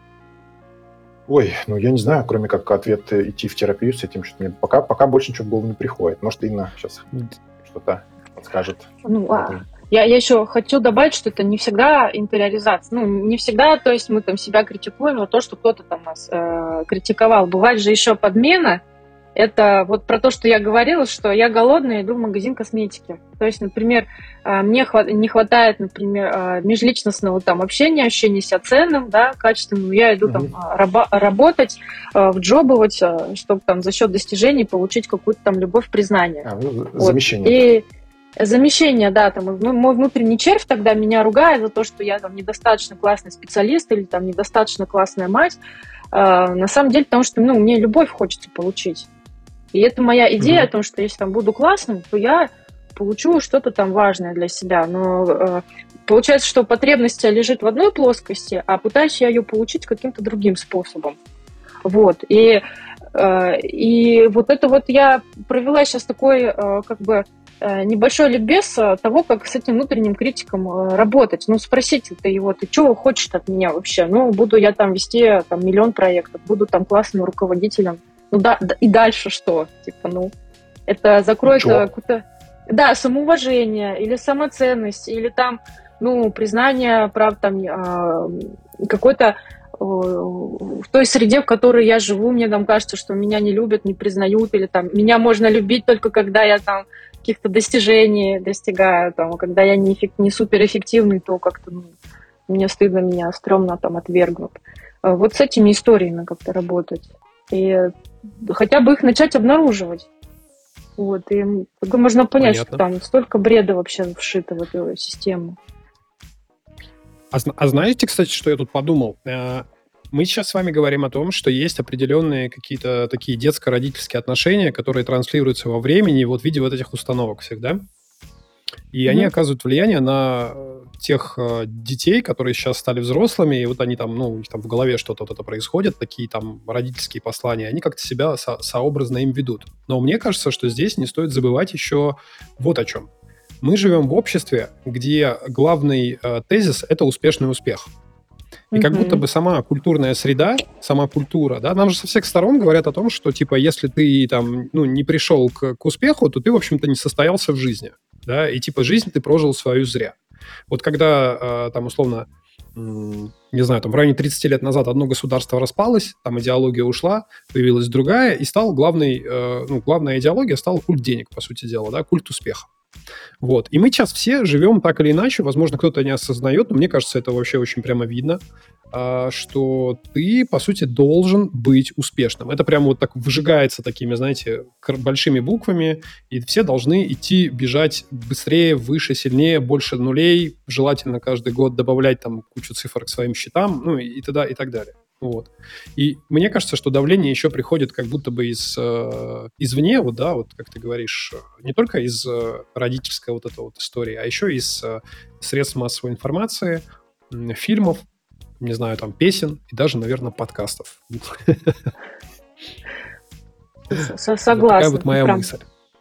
Ой, ну я не знаю, кроме как ответ идти в терапию с этим, что мне пока больше ничего в голову не приходит. Может, Инна сейчас что-то подскажет. Я еще хочу добавить, что это не всегда интериоризация. Ну, не всегда, то есть мы там себя критикуем за то, что кто-то там нас критиковал. Бывает же еще подмена. Это вот про то, что я говорила, что я голодная, иду в магазин косметики. То есть, например, мне не хватает, например, межличностного там общения, ощущения себя ценным, да, качественным. Я иду там работать, вджобывать, чтобы там за счет достижений получить какую-то там любовь, признание. Замещение. И замещение, да, там мой внутренний червь тогда меня ругает за то, что я там недостаточно классный специалист или там недостаточно классная мать. На самом деле, потому что, мне любовь хочется получить. И это моя идея о том, что если там буду классным, то я получу что-то там важное для себя. Но получается, что потребность лежит в одной плоскости, а пытаюсь я ее получить каким-то другим способом. Вот. И вот это вот я провела сейчас такой небольшой ликбез того, как с этим внутренним критиком работать. Спросите ты его, ты чего хочешь от меня вообще? Буду я там вести там, миллион проектов, буду там классным руководителем. И дальше что? Это закроет какую-то... Да, самоуважение или самоценность, или там, признание прав там какой-то в той среде, в которой я живу, мне там кажется, что меня не любят, не признают, или там меня можно любить только когда я там каких-то достижений достигаю, там, когда я не суперэффективный, то как-то мне стыдно, меня стрёмно там отвергнут. Вот с этими историями как-то работать. И хотя бы их начать обнаруживать. Вот, и можно понять, что там столько бреда вообще вшито в эту систему. А знаете, кстати, что я тут подумал? Мы сейчас с вами говорим о том, что есть определенные какие-то такие детско-родительские отношения, которые транслируются во времени вот в виде вот этих установок всех, да? И они оказывают влияние на тех детей, которые сейчас стали взрослыми, и вот они там, у них там в голове что-то вот это происходит, такие там родительские послания, они как-то себя сообразно им ведут. Но мне кажется, что здесь не стоит забывать еще вот о чем. Мы живем в обществе, где главный тезис – это успешный успех. И как будто бы сама культурная среда, сама культура, да, нам же со всех сторон говорят о том, что, типа, если ты там, не пришел к успеху, то ты, в общем-то, не состоялся в жизни, да, и, типа, жизнь ты прожил свою зря. Вот когда, там, условно, не знаю, там, в районе 30 лет назад одно государство распалось, там идеология ушла, появилась другая, и стал главная идеология стала культ денег, по сути дела, да, культ успеха. Вот. И мы сейчас все живем так или иначе, возможно, кто-то не осознает, но мне кажется, это вообще очень прямо видно, что ты, по сути, должен быть успешным. Это прямо вот так выжигается такими, знаете, большими буквами, и все должны идти, бежать быстрее, выше, сильнее, больше нулей, желательно каждый год добавлять там кучу цифр к своим счетам, и так далее. Вот. И мне кажется, что давление еще приходит как будто бы извне, вот, да, вот как ты говоришь, не только из родительской вот этой вот истории, а еще из средств массовой информации, фильмов, не знаю, там, песен и даже, наверное, подкастов. Согласна. Такая вот моя мысль.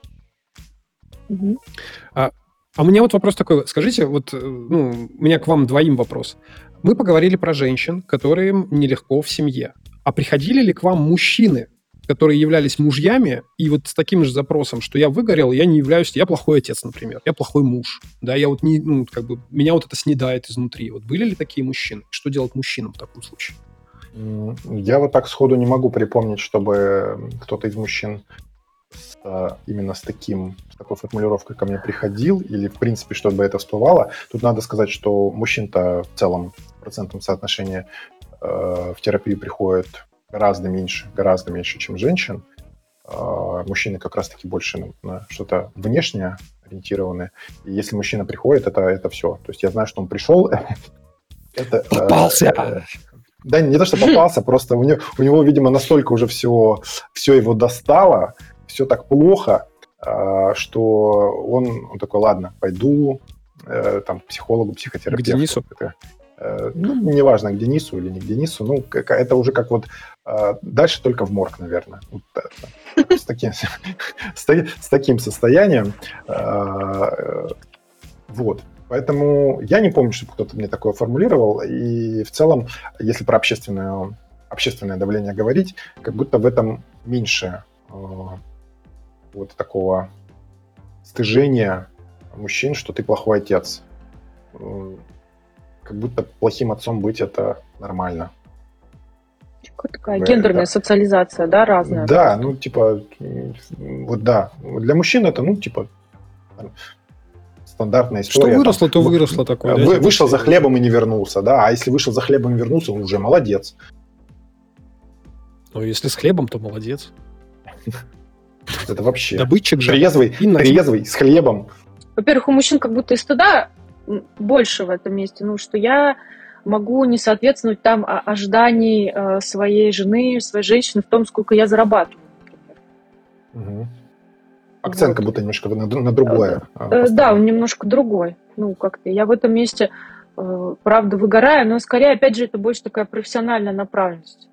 А у меня вот вопрос такой. Скажите, вот, у меня к вам двоим вопрос. Мы поговорили про женщин, которым нелегко в семье. А приходили ли к вам мужчины, которые являлись мужьями, и вот с таким же запросом, что я выгорел, я не являюсь, я плохой отец, например, я плохой муж, да, я вот меня вот это снедает изнутри. Вот были ли такие мужчины? Что делать мужчинам в таком случае? Я вот так сходу не могу припомнить, чтобы кто-то из мужчин именно с такой формулировкой ко мне приходил, или, в принципе, чтобы это всплывало. Тут надо сказать, что мужчин-то в целом в процентном соотношении в терапию приходит гораздо меньше, чем женщин. Мужчины как раз-таки больше на что-то внешнее ориентированы. И если мужчина приходит, это все. То есть я знаю, что он пришел. Попался! Да, не то, что попался, просто у него, видимо, настолько уже все его достало, все так плохо, что он такой, ладно, пойду там, к психологу, психотерапевту. К Денису? Неважно, к Денису или не к Денису. Это уже как вот дальше только в морг, наверное. Вот, с таким состоянием. Вот. Поэтому я не помню, чтобы кто-то мне такое формулировал. И в целом, если про общественное давление говорить, как будто в этом меньше вот такого стыжения мужчин, что ты плохой отец. Как будто плохим отцом быть это нормально. Такая гендерная социализация, да, разная? Да, вот да. Для мужчин это, стандартная история. Что выросло, то выросло такое. Вышел за хлебом и не вернулся, да. А если вышел за хлебом и вернулся, он уже молодец. Ну, если с хлебом, то молодец. Это вообще... Добытчик же. Трезвый, с хлебом. Во-первых, у мужчин как будто и стыда больше в этом месте. Что я могу не соответствовать там ожиданий своей жены, своей женщины в том, сколько я зарабатываю. Угу. Акцент как будто немножко на другое. Да, он немножко другой. Как-то я в этом месте, правда, выгораю, но скорее, опять же, это больше такая профессиональная направленность.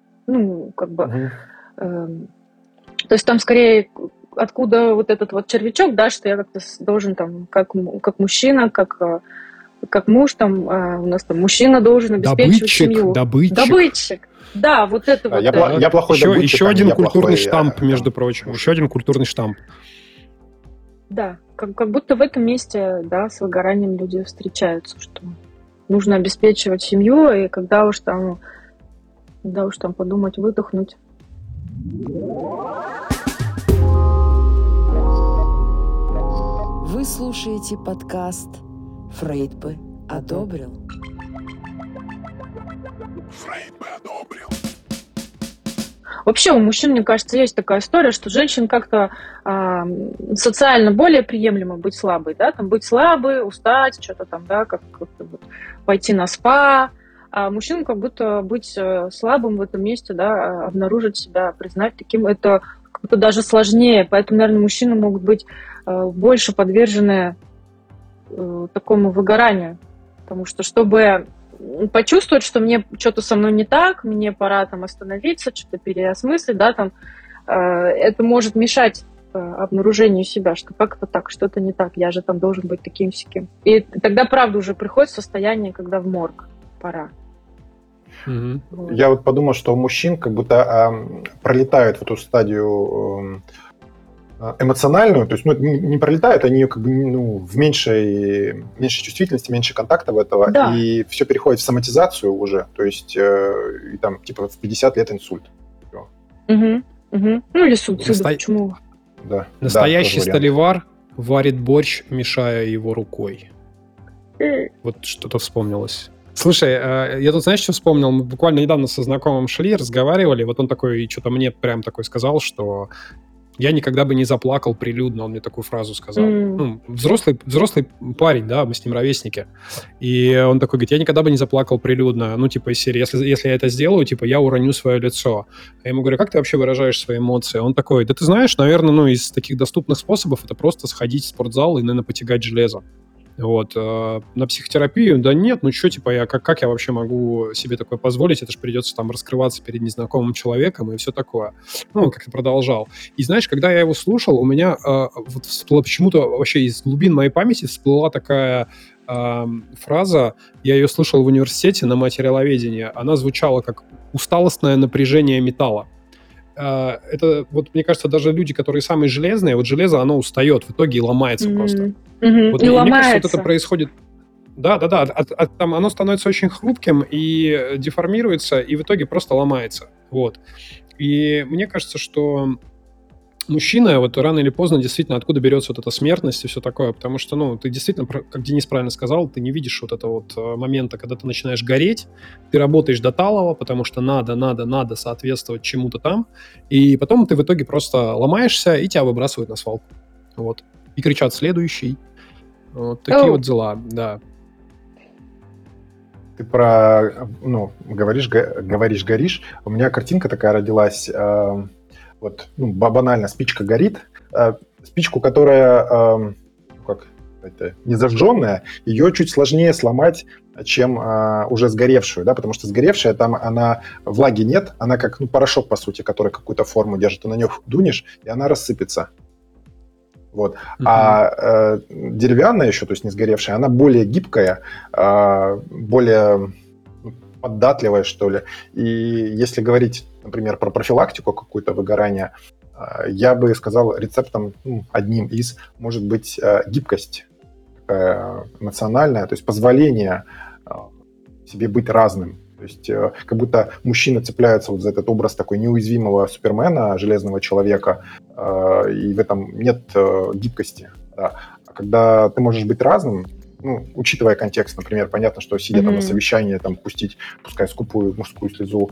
То есть там скорее откуда вот этот вот червячок, да, что я как-то должен там, как мужчина, как муж, там, у нас там мужчина должен обеспечивать семью. Добытчик. Да, вот это вот. Я плохой добытчик. Еще один культурный штамп, между прочим. Еще один культурный штамп. Да, как будто в этом месте, да, с выгоранием люди встречаются, что нужно обеспечивать семью, и когда уж там подумать, выдохнуть. Вы слушаете подкаст «Фрейд бы одобрил». Фрейд бы одобрил. Вообще у мужчин, мне кажется, есть такая история, что женщин как-то социально более приемлемо быть слабой, да, там быть слабой, устать, что-то там, да, как-то вот пойти на спа, а мужчинам как будто быть слабым в этом месте, да, обнаружить себя, признать таким, это как-то даже сложнее, поэтому, наверное, мужчины могут быть больше подвержены такому выгоранию, потому что, чтобы почувствовать, что мне что-то со мной не так, мне пора там остановиться, что-то переосмыслить, да, там, это может мешать обнаружению себя, что как-то так, что-то не так, я же там должен быть таким-сяким. И тогда, правда, уже приходит состояние, когда в морг пора. Вот. Я вот подумал, что у мужчин как будто пролетают в эту стадию эмоциональную, то есть не пролетают, они как бы в меньшей чувствительности, меньше контактов этого, да. И все переходит в соматизацию уже, то есть и там типа в 50 лет инсульт. Угу. Или суицид, почему? Да. Настоящий столевар варит борщ, мешая его рукой. Вот что-то вспомнилось. Слушай, я тут, знаешь, что вспомнил? Мы буквально недавно со знакомым шли, разговаривали, вот он такой, что-то мне прям такой сказал, что я никогда бы не заплакал прилюдно, он мне такую фразу сказал. Взрослый парень, да, мы с ним ровесники. И он такой говорит, я никогда бы не заплакал прилюдно, из серии, если я это сделаю, я уроню свое лицо. А я ему говорю, как ты вообще выражаешь свои эмоции? Он такой, да ты знаешь, наверное, из таких доступных способов это просто сходить в спортзал и, наверное, потягать железо. Вот. На психотерапию, да нет, как я вообще могу себе такое позволить? Это же придется там раскрываться перед незнакомым человеком и все такое. Он как-то продолжал. И знаешь, когда я его слушал, у меня вот всплыла почему-то вообще из глубин моей памяти всплыла такая фраза, я ее слышал в университете на материаловедении, она звучала как «усталостное напряжение металла». Это, вот мне кажется, даже люди, которые самые железные, вот железо, оно устает в итоге и ломается просто. Вот, и ломается. Мне кажется, вот это происходит... Да, там оно становится очень хрупким и деформируется, и в итоге просто ломается. Вот. И мне кажется, что мужчина, вот рано или поздно действительно откуда берется вот эта смертность и все такое, потому что, ну, ты действительно, как Денис правильно сказал, ты не видишь вот этого вот момента, когда ты начинаешь гореть, ты работаешь до талого, потому что надо соответствовать чему-то там, и потом ты в итоге просто ломаешься, и тебя выбрасывают на свалку, вот, и кричат «следующий». Вот такие вот дела, да. Ты говоришь. У меня картинка такая родилась. Банально, спичка горит. Спичку, которая не зажженная, ее чуть сложнее сломать, чем уже сгоревшую, да, потому что сгоревшая, там она влаги нет, она как порошок, по сути, который какую-то форму держит. Ты на нее дунешь, и она рассыпется. Вот. А деревянная еще, то есть не сгоревшая, она более гибкая, более податливая, что ли. И если говорить, например, про профилактику какое-то выгорания, я бы сказал, рецептом одним из может быть гибкость эмоциональная, то есть позволение себе быть разным. То есть как будто мужчины цепляются вот за этот образ такой неуязвимого супермена, железного человека, и в этом нет гибкости. Да. А когда ты можешь быть разным, учитывая контекст, например, понятно, что сидя там на совещании, там пускай скупую мужскую слезу,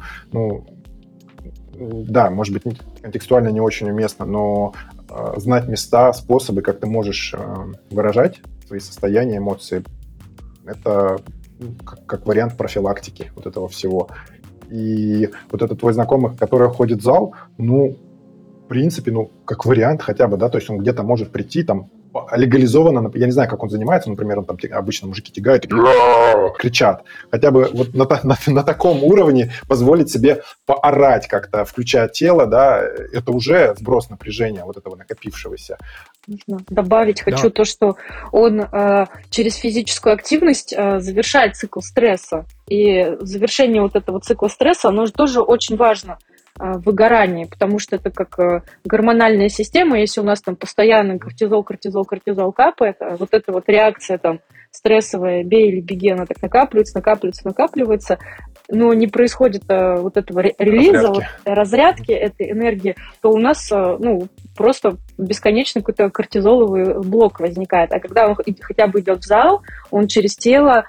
да, может быть, контекстуально не очень уместно, но знать места, способы, как ты можешь выражать свои состояния, эмоции, это как вариант профилактики вот этого всего. И вот этот твой знакомый, который ходит в зал, в принципе, как вариант хотя бы, да, то есть он где-то может прийти, там, легализованно, я не знаю, как он занимается, например, он там обычно мужики тягают, такие, кричат. Хотя бы вот на таком уровне позволить себе поорать как-то, включая тело, да, это уже сброс напряжения вот этого накопившегося. Нужно добавить хочу то, что он через физическую активность завершает цикл стресса. И завершение вот этого цикла стресса, оно же тоже очень важно в выгорании, потому что это как гормональная система. Если у нас там постоянно кортизол капает, вот эта вот реакция там стрессовая, бей или беги, она так накапливается, но не происходит вот этого релиза, разрядки этой энергии, то у нас просто бесконечный какой-то кортизоловый блок возникает. А когда он хотя бы идет в зал, он через тело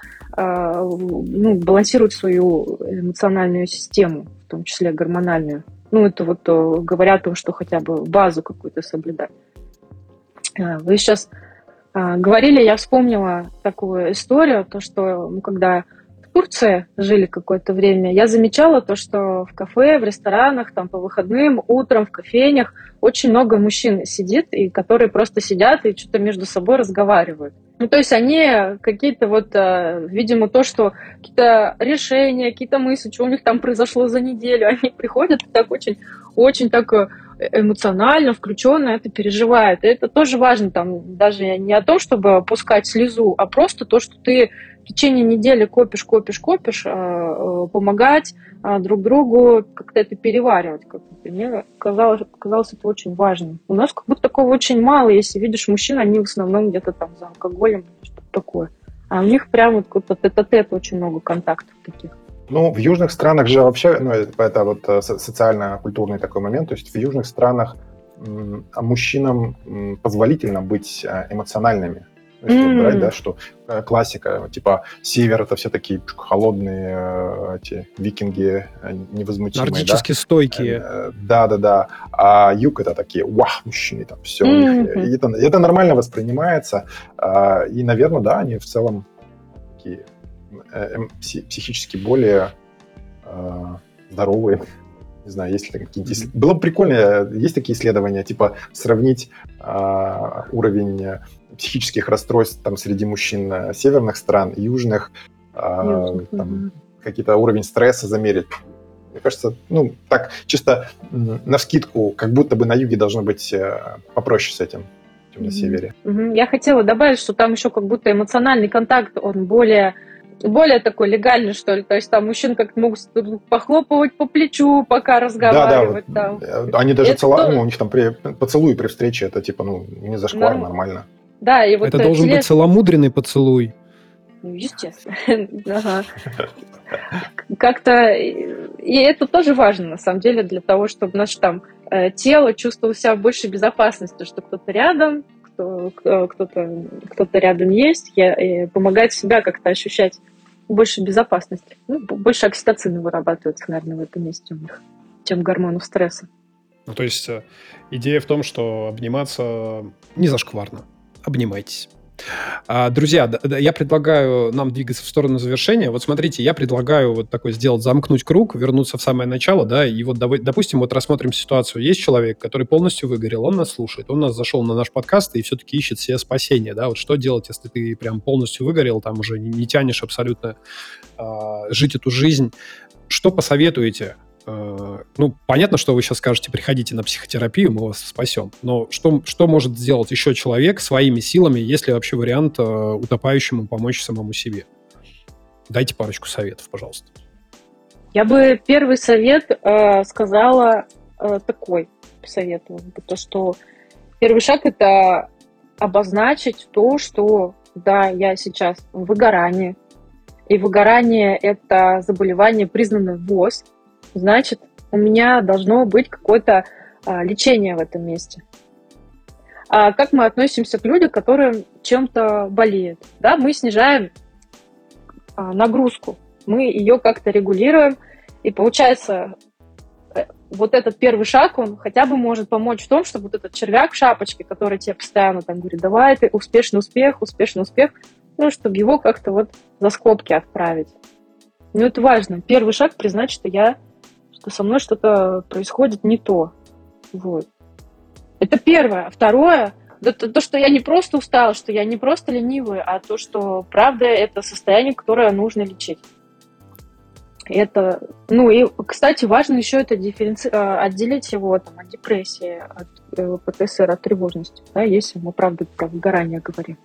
балансирует свою эмоциональную систему, в том числе гормональную. Это вот говорят о том, что хотя бы базу какую-то соблюдать. Вы сейчас говорили, я вспомнила такую историю, то, что когда в Турции жили какое-то время, я замечала то, что в кафе, в ресторанах, там по выходным, утром в кофейнях очень много мужчин сидит, и которые просто сидят и что-то между собой разговаривают. То есть они какие-то видимо, то, что какие-то решения, какие-то мысли, что у них там произошло за неделю, они приходят и так очень так эмоционально, включенно это переживают. И это тоже важно, там, даже не о том, чтобы опускать слезу, а просто то, что ты в течение недели копишь, помогать друг другу, как-то это переваривать. Мне казалось это очень важно. У нас как будто такого очень мало. Если видишь мужчин, они в основном где-то там за алкоголем, что-то такое. А у них прям какой-то тет-а-тет очень много контактов таких. В южных странах же вообще, это вот социально-культурный такой момент, то есть в южных странах мужчинам позволительно быть эмоциональными. То есть брать, да, что классика, типа север это все такие холодные эти викинги невозмутимые, нордически стойкие. Да. А юг это такие, мужчины там все. И это нормально воспринимается. И, наверное, да, они в целом такие психически более здоровые. Не знаю, есть ли какие-нибудь... Было бы прикольно, есть такие исследования, типа сравнить уровень психических расстройств там, среди мужчин северных стран, южных, какие-то уровень стресса замерить. Мне кажется, так чисто навскидку, как будто бы на юге должно быть попроще с этим, чем на севере. Я хотела добавить, что там еще как будто эмоциональный контакт, он более такой легальный, что ли. То есть там мужчин как-то могут похлопывать по плечу, пока разговаривать. Да. Они даже у них там поцелуй при встрече, это типа, не зашквар, нормально. Да, и вот это должен быть целомудренный поцелуй. Естественно. Ага. Как-то... И это тоже важно, на самом деле, для того, чтобы наш там тело чувствовало себя в большей безопасности, что кто-то рядом, кто-то рядом есть, и помогает себя как-то ощущать больше безопасности. Ну, больше окситоцина вырабатывается, наверное, в этом месте у них, чем гормонов стресса. Ну, то есть идея в том, что обниматься не зашкварно. Обнимайтесь. Друзья, я предлагаю нам двигаться в сторону завершения. Вот смотрите, я предлагаю вот такой сделать, замкнуть круг, вернуться в самое начало, да, и вот, допустим, вот рассмотрим ситуацию. Есть человек, который полностью выгорел, он нас слушает, он нас зашел на наш подкаст и все-таки ищет себе спасение, да, вот что делать, если ты прям полностью выгорел, там уже не тянешь абсолютно жить эту жизнь. Что посоветуете? Ну, понятно, что вы сейчас скажете, приходите на психотерапию, мы вас спасем. Но что может сделать еще человек своими силами, есть ли вообще вариант утопающему помочь самому себе? Дайте парочку советов, пожалуйста. Я бы первый совет сказала такой, посоветовала. То, что первый шаг – это обозначить то, что, да, я сейчас в выгорании. И выгорание – это заболевание, признанное ВОЗ. Значит, у меня должно быть какое-то лечение в этом месте. А как мы относимся к людям, которые чем-то болеют? Да, мы снижаем нагрузку, мы ее как-то регулируем, и получается, вот этот первый шаг, он хотя бы может помочь в том, чтобы вот этот червяк в шапочке, который тебе постоянно там говорит, давай ты, успешный успех, ну, чтобы его как-то вот за скобки отправить. Ну, это важно. Первый шаг признать, что со мной что-то происходит не то. Вот. Это первое. Второе, то, что я не просто устала, что я не просто ленивая, а то, что, правда, это состояние, которое нужно лечить. Это, ну и, кстати, важно еще это отделить его там, от депрессии, от ПТСР, от тревожности, да, если мы, правда, про выгорание говорим.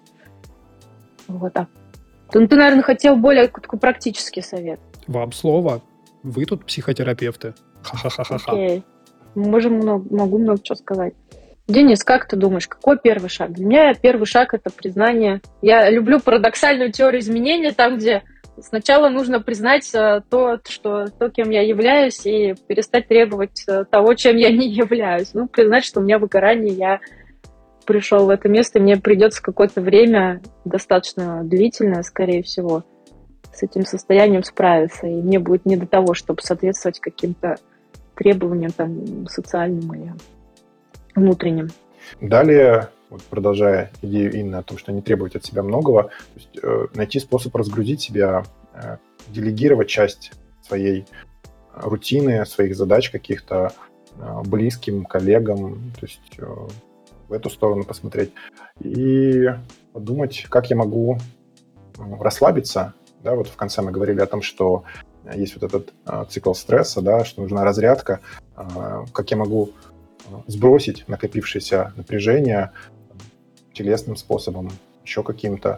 Вот так. Ты, наверное, хотел более такой практический совет. Вам слово. Вы тут психотерапевты. Ха-ха-ха-ха. Окей. Могу много чего сказать. Денис, как ты думаешь, какой первый шаг? Для меня первый шаг – это признание. Я люблю парадоксальную теорию изменения, там, где сначала нужно признать то, кем я являюсь, и перестать требовать того, чем я не являюсь. Ну, признать, что у меня выгорание, я пришел в это место, и мне придется какое-то время, достаточно длительное, скорее всего, с этим состоянием справиться. И мне будет не до того, чтобы соответствовать каким-то требованиям там, социальным или внутренним. Далее, вот продолжая идею Инны о том, что не требовать от себя многого, то есть, найти способ разгрузить себя, делегировать часть своей рутины, своих задач каких-то близким, коллегам, то есть в эту сторону посмотреть и подумать, как я могу расслабиться. Да, вот в конце мы говорили о том, что есть вот этот цикл стресса, да, что нужна разрядка, как я могу сбросить накопившееся напряжение телесным способом, еще каким-то.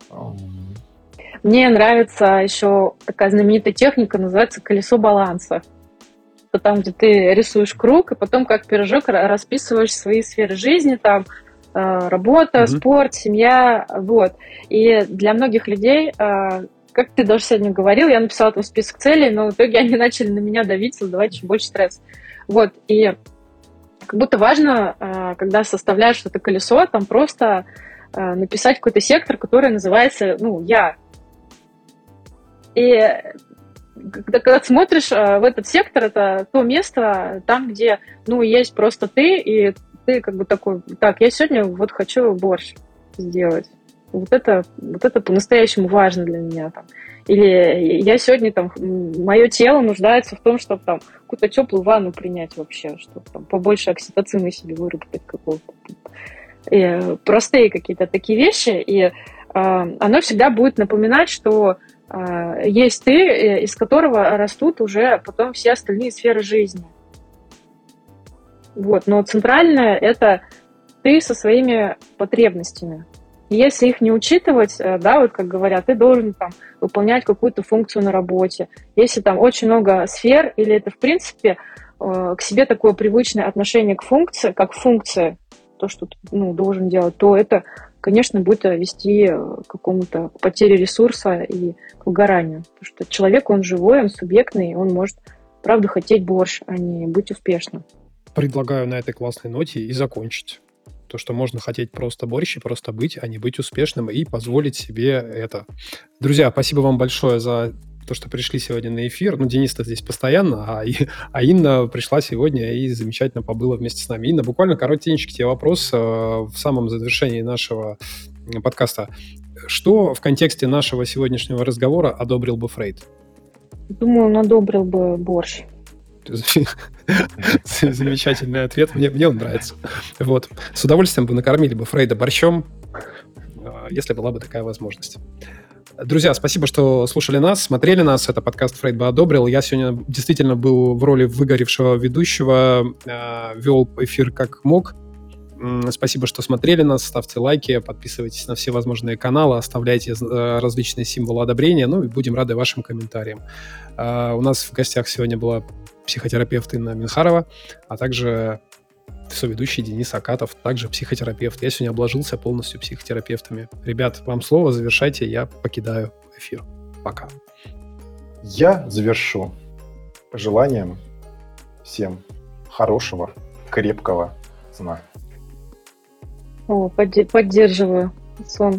Мне нравится еще такая знаменитая техника, называется колесо баланса. Это там, где ты рисуешь круг, и потом как пирожок расписываешь свои сферы жизни, там работа, спорт, семья, вот. И для многих людей, как ты даже сегодня говорил, я написала там список целей, но в итоге они начали на меня давить, создавать еще больше стресса. Вот, и как будто важно, когда составляешь что-то колесо, там просто написать какой-то сектор, который называется, «Я». И когда ты смотришь в этот сектор, это то место, там, где, есть просто ты, и ты как бы такой, так, я сегодня вот хочу борщ сделать. Вот это по-настоящему важно для меня. Там. Или я сегодня, мое тело нуждается в том, чтобы там какую-то теплую ванну принять вообще, чтобы там побольше окситоцина себе выработать какого-то. И простые какие-то такие вещи, и оно всегда будет напоминать, что есть ты, из которого растут уже потом все остальные сферы жизни. Вот. Но центральное – это ты со своими потребностями. Если их не учитывать, да, вот как говорят, ты должен там выполнять какую-то функцию на работе. Если там очень много сфер, или это в принципе к себе такое привычное отношение к функции, как функция, то, что ты должен делать, то это, конечно, будет вести к какому-то потере ресурса и к выгоранию. Потому что человек, он живой, он субъектный, он может, правда, хотеть борщ, а не быть успешным. предлагаю на этой классной ноте и закончить. То, что можно хотеть просто борщ и просто быть, а не быть успешным и позволить себе это. Друзья, спасибо вам большое за то, что пришли сегодня на эфир. Ну, Денис-то здесь постоянно, а Инна пришла сегодня и замечательно побыла вместе с нами. Инна, буквально коротенький тебе вопрос в самом завершении нашего подкаста. Что в контексте нашего сегодняшнего разговора одобрил бы Фрейд? Думаю, он одобрил бы борщ. Замечательный ответ. Мне он нравится. Вот. С удовольствием бы накормили бы Фрейда борщом, если была бы такая возможность. Друзья, спасибо, что слушали нас, смотрели нас. Это подкаст «Фрейд бы одобрил». Я сегодня действительно был в роли выгоревшего ведущего, вел эфир как мог. Спасибо, что смотрели нас. Ставьте лайки, подписывайтесь на все возможные каналы, оставляйте различные символы одобрения, ну и будем рады вашим комментариям. У нас в гостях сегодня была психотерапевт Инна Минхарова, а также соведущий Денис Акатов, также психотерапевт. Я сегодня обложился полностью психотерапевтами. Ребят, вам слово, завершайте, я покидаю эфир. Пока. Я завершу пожеланием всем хорошего, крепкого сна. Поддерживаю сон.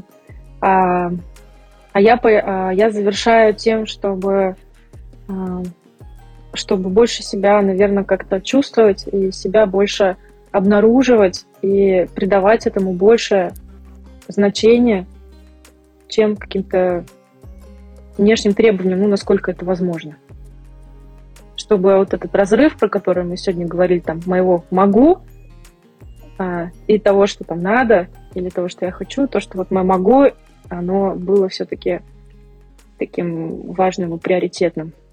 Я завершаю тем, чтобы больше себя, наверное, как-то чувствовать и себя больше обнаруживать и придавать этому больше значения, чем каким-то внешним требованиям, ну, насколько это возможно. Чтобы вот этот разрыв, про который мы сегодня говорили, там, моего «могу», и того, что там надо, или того, что я хочу, то, что вот мое «могу», оно было все-таки таким важным и приоритетным.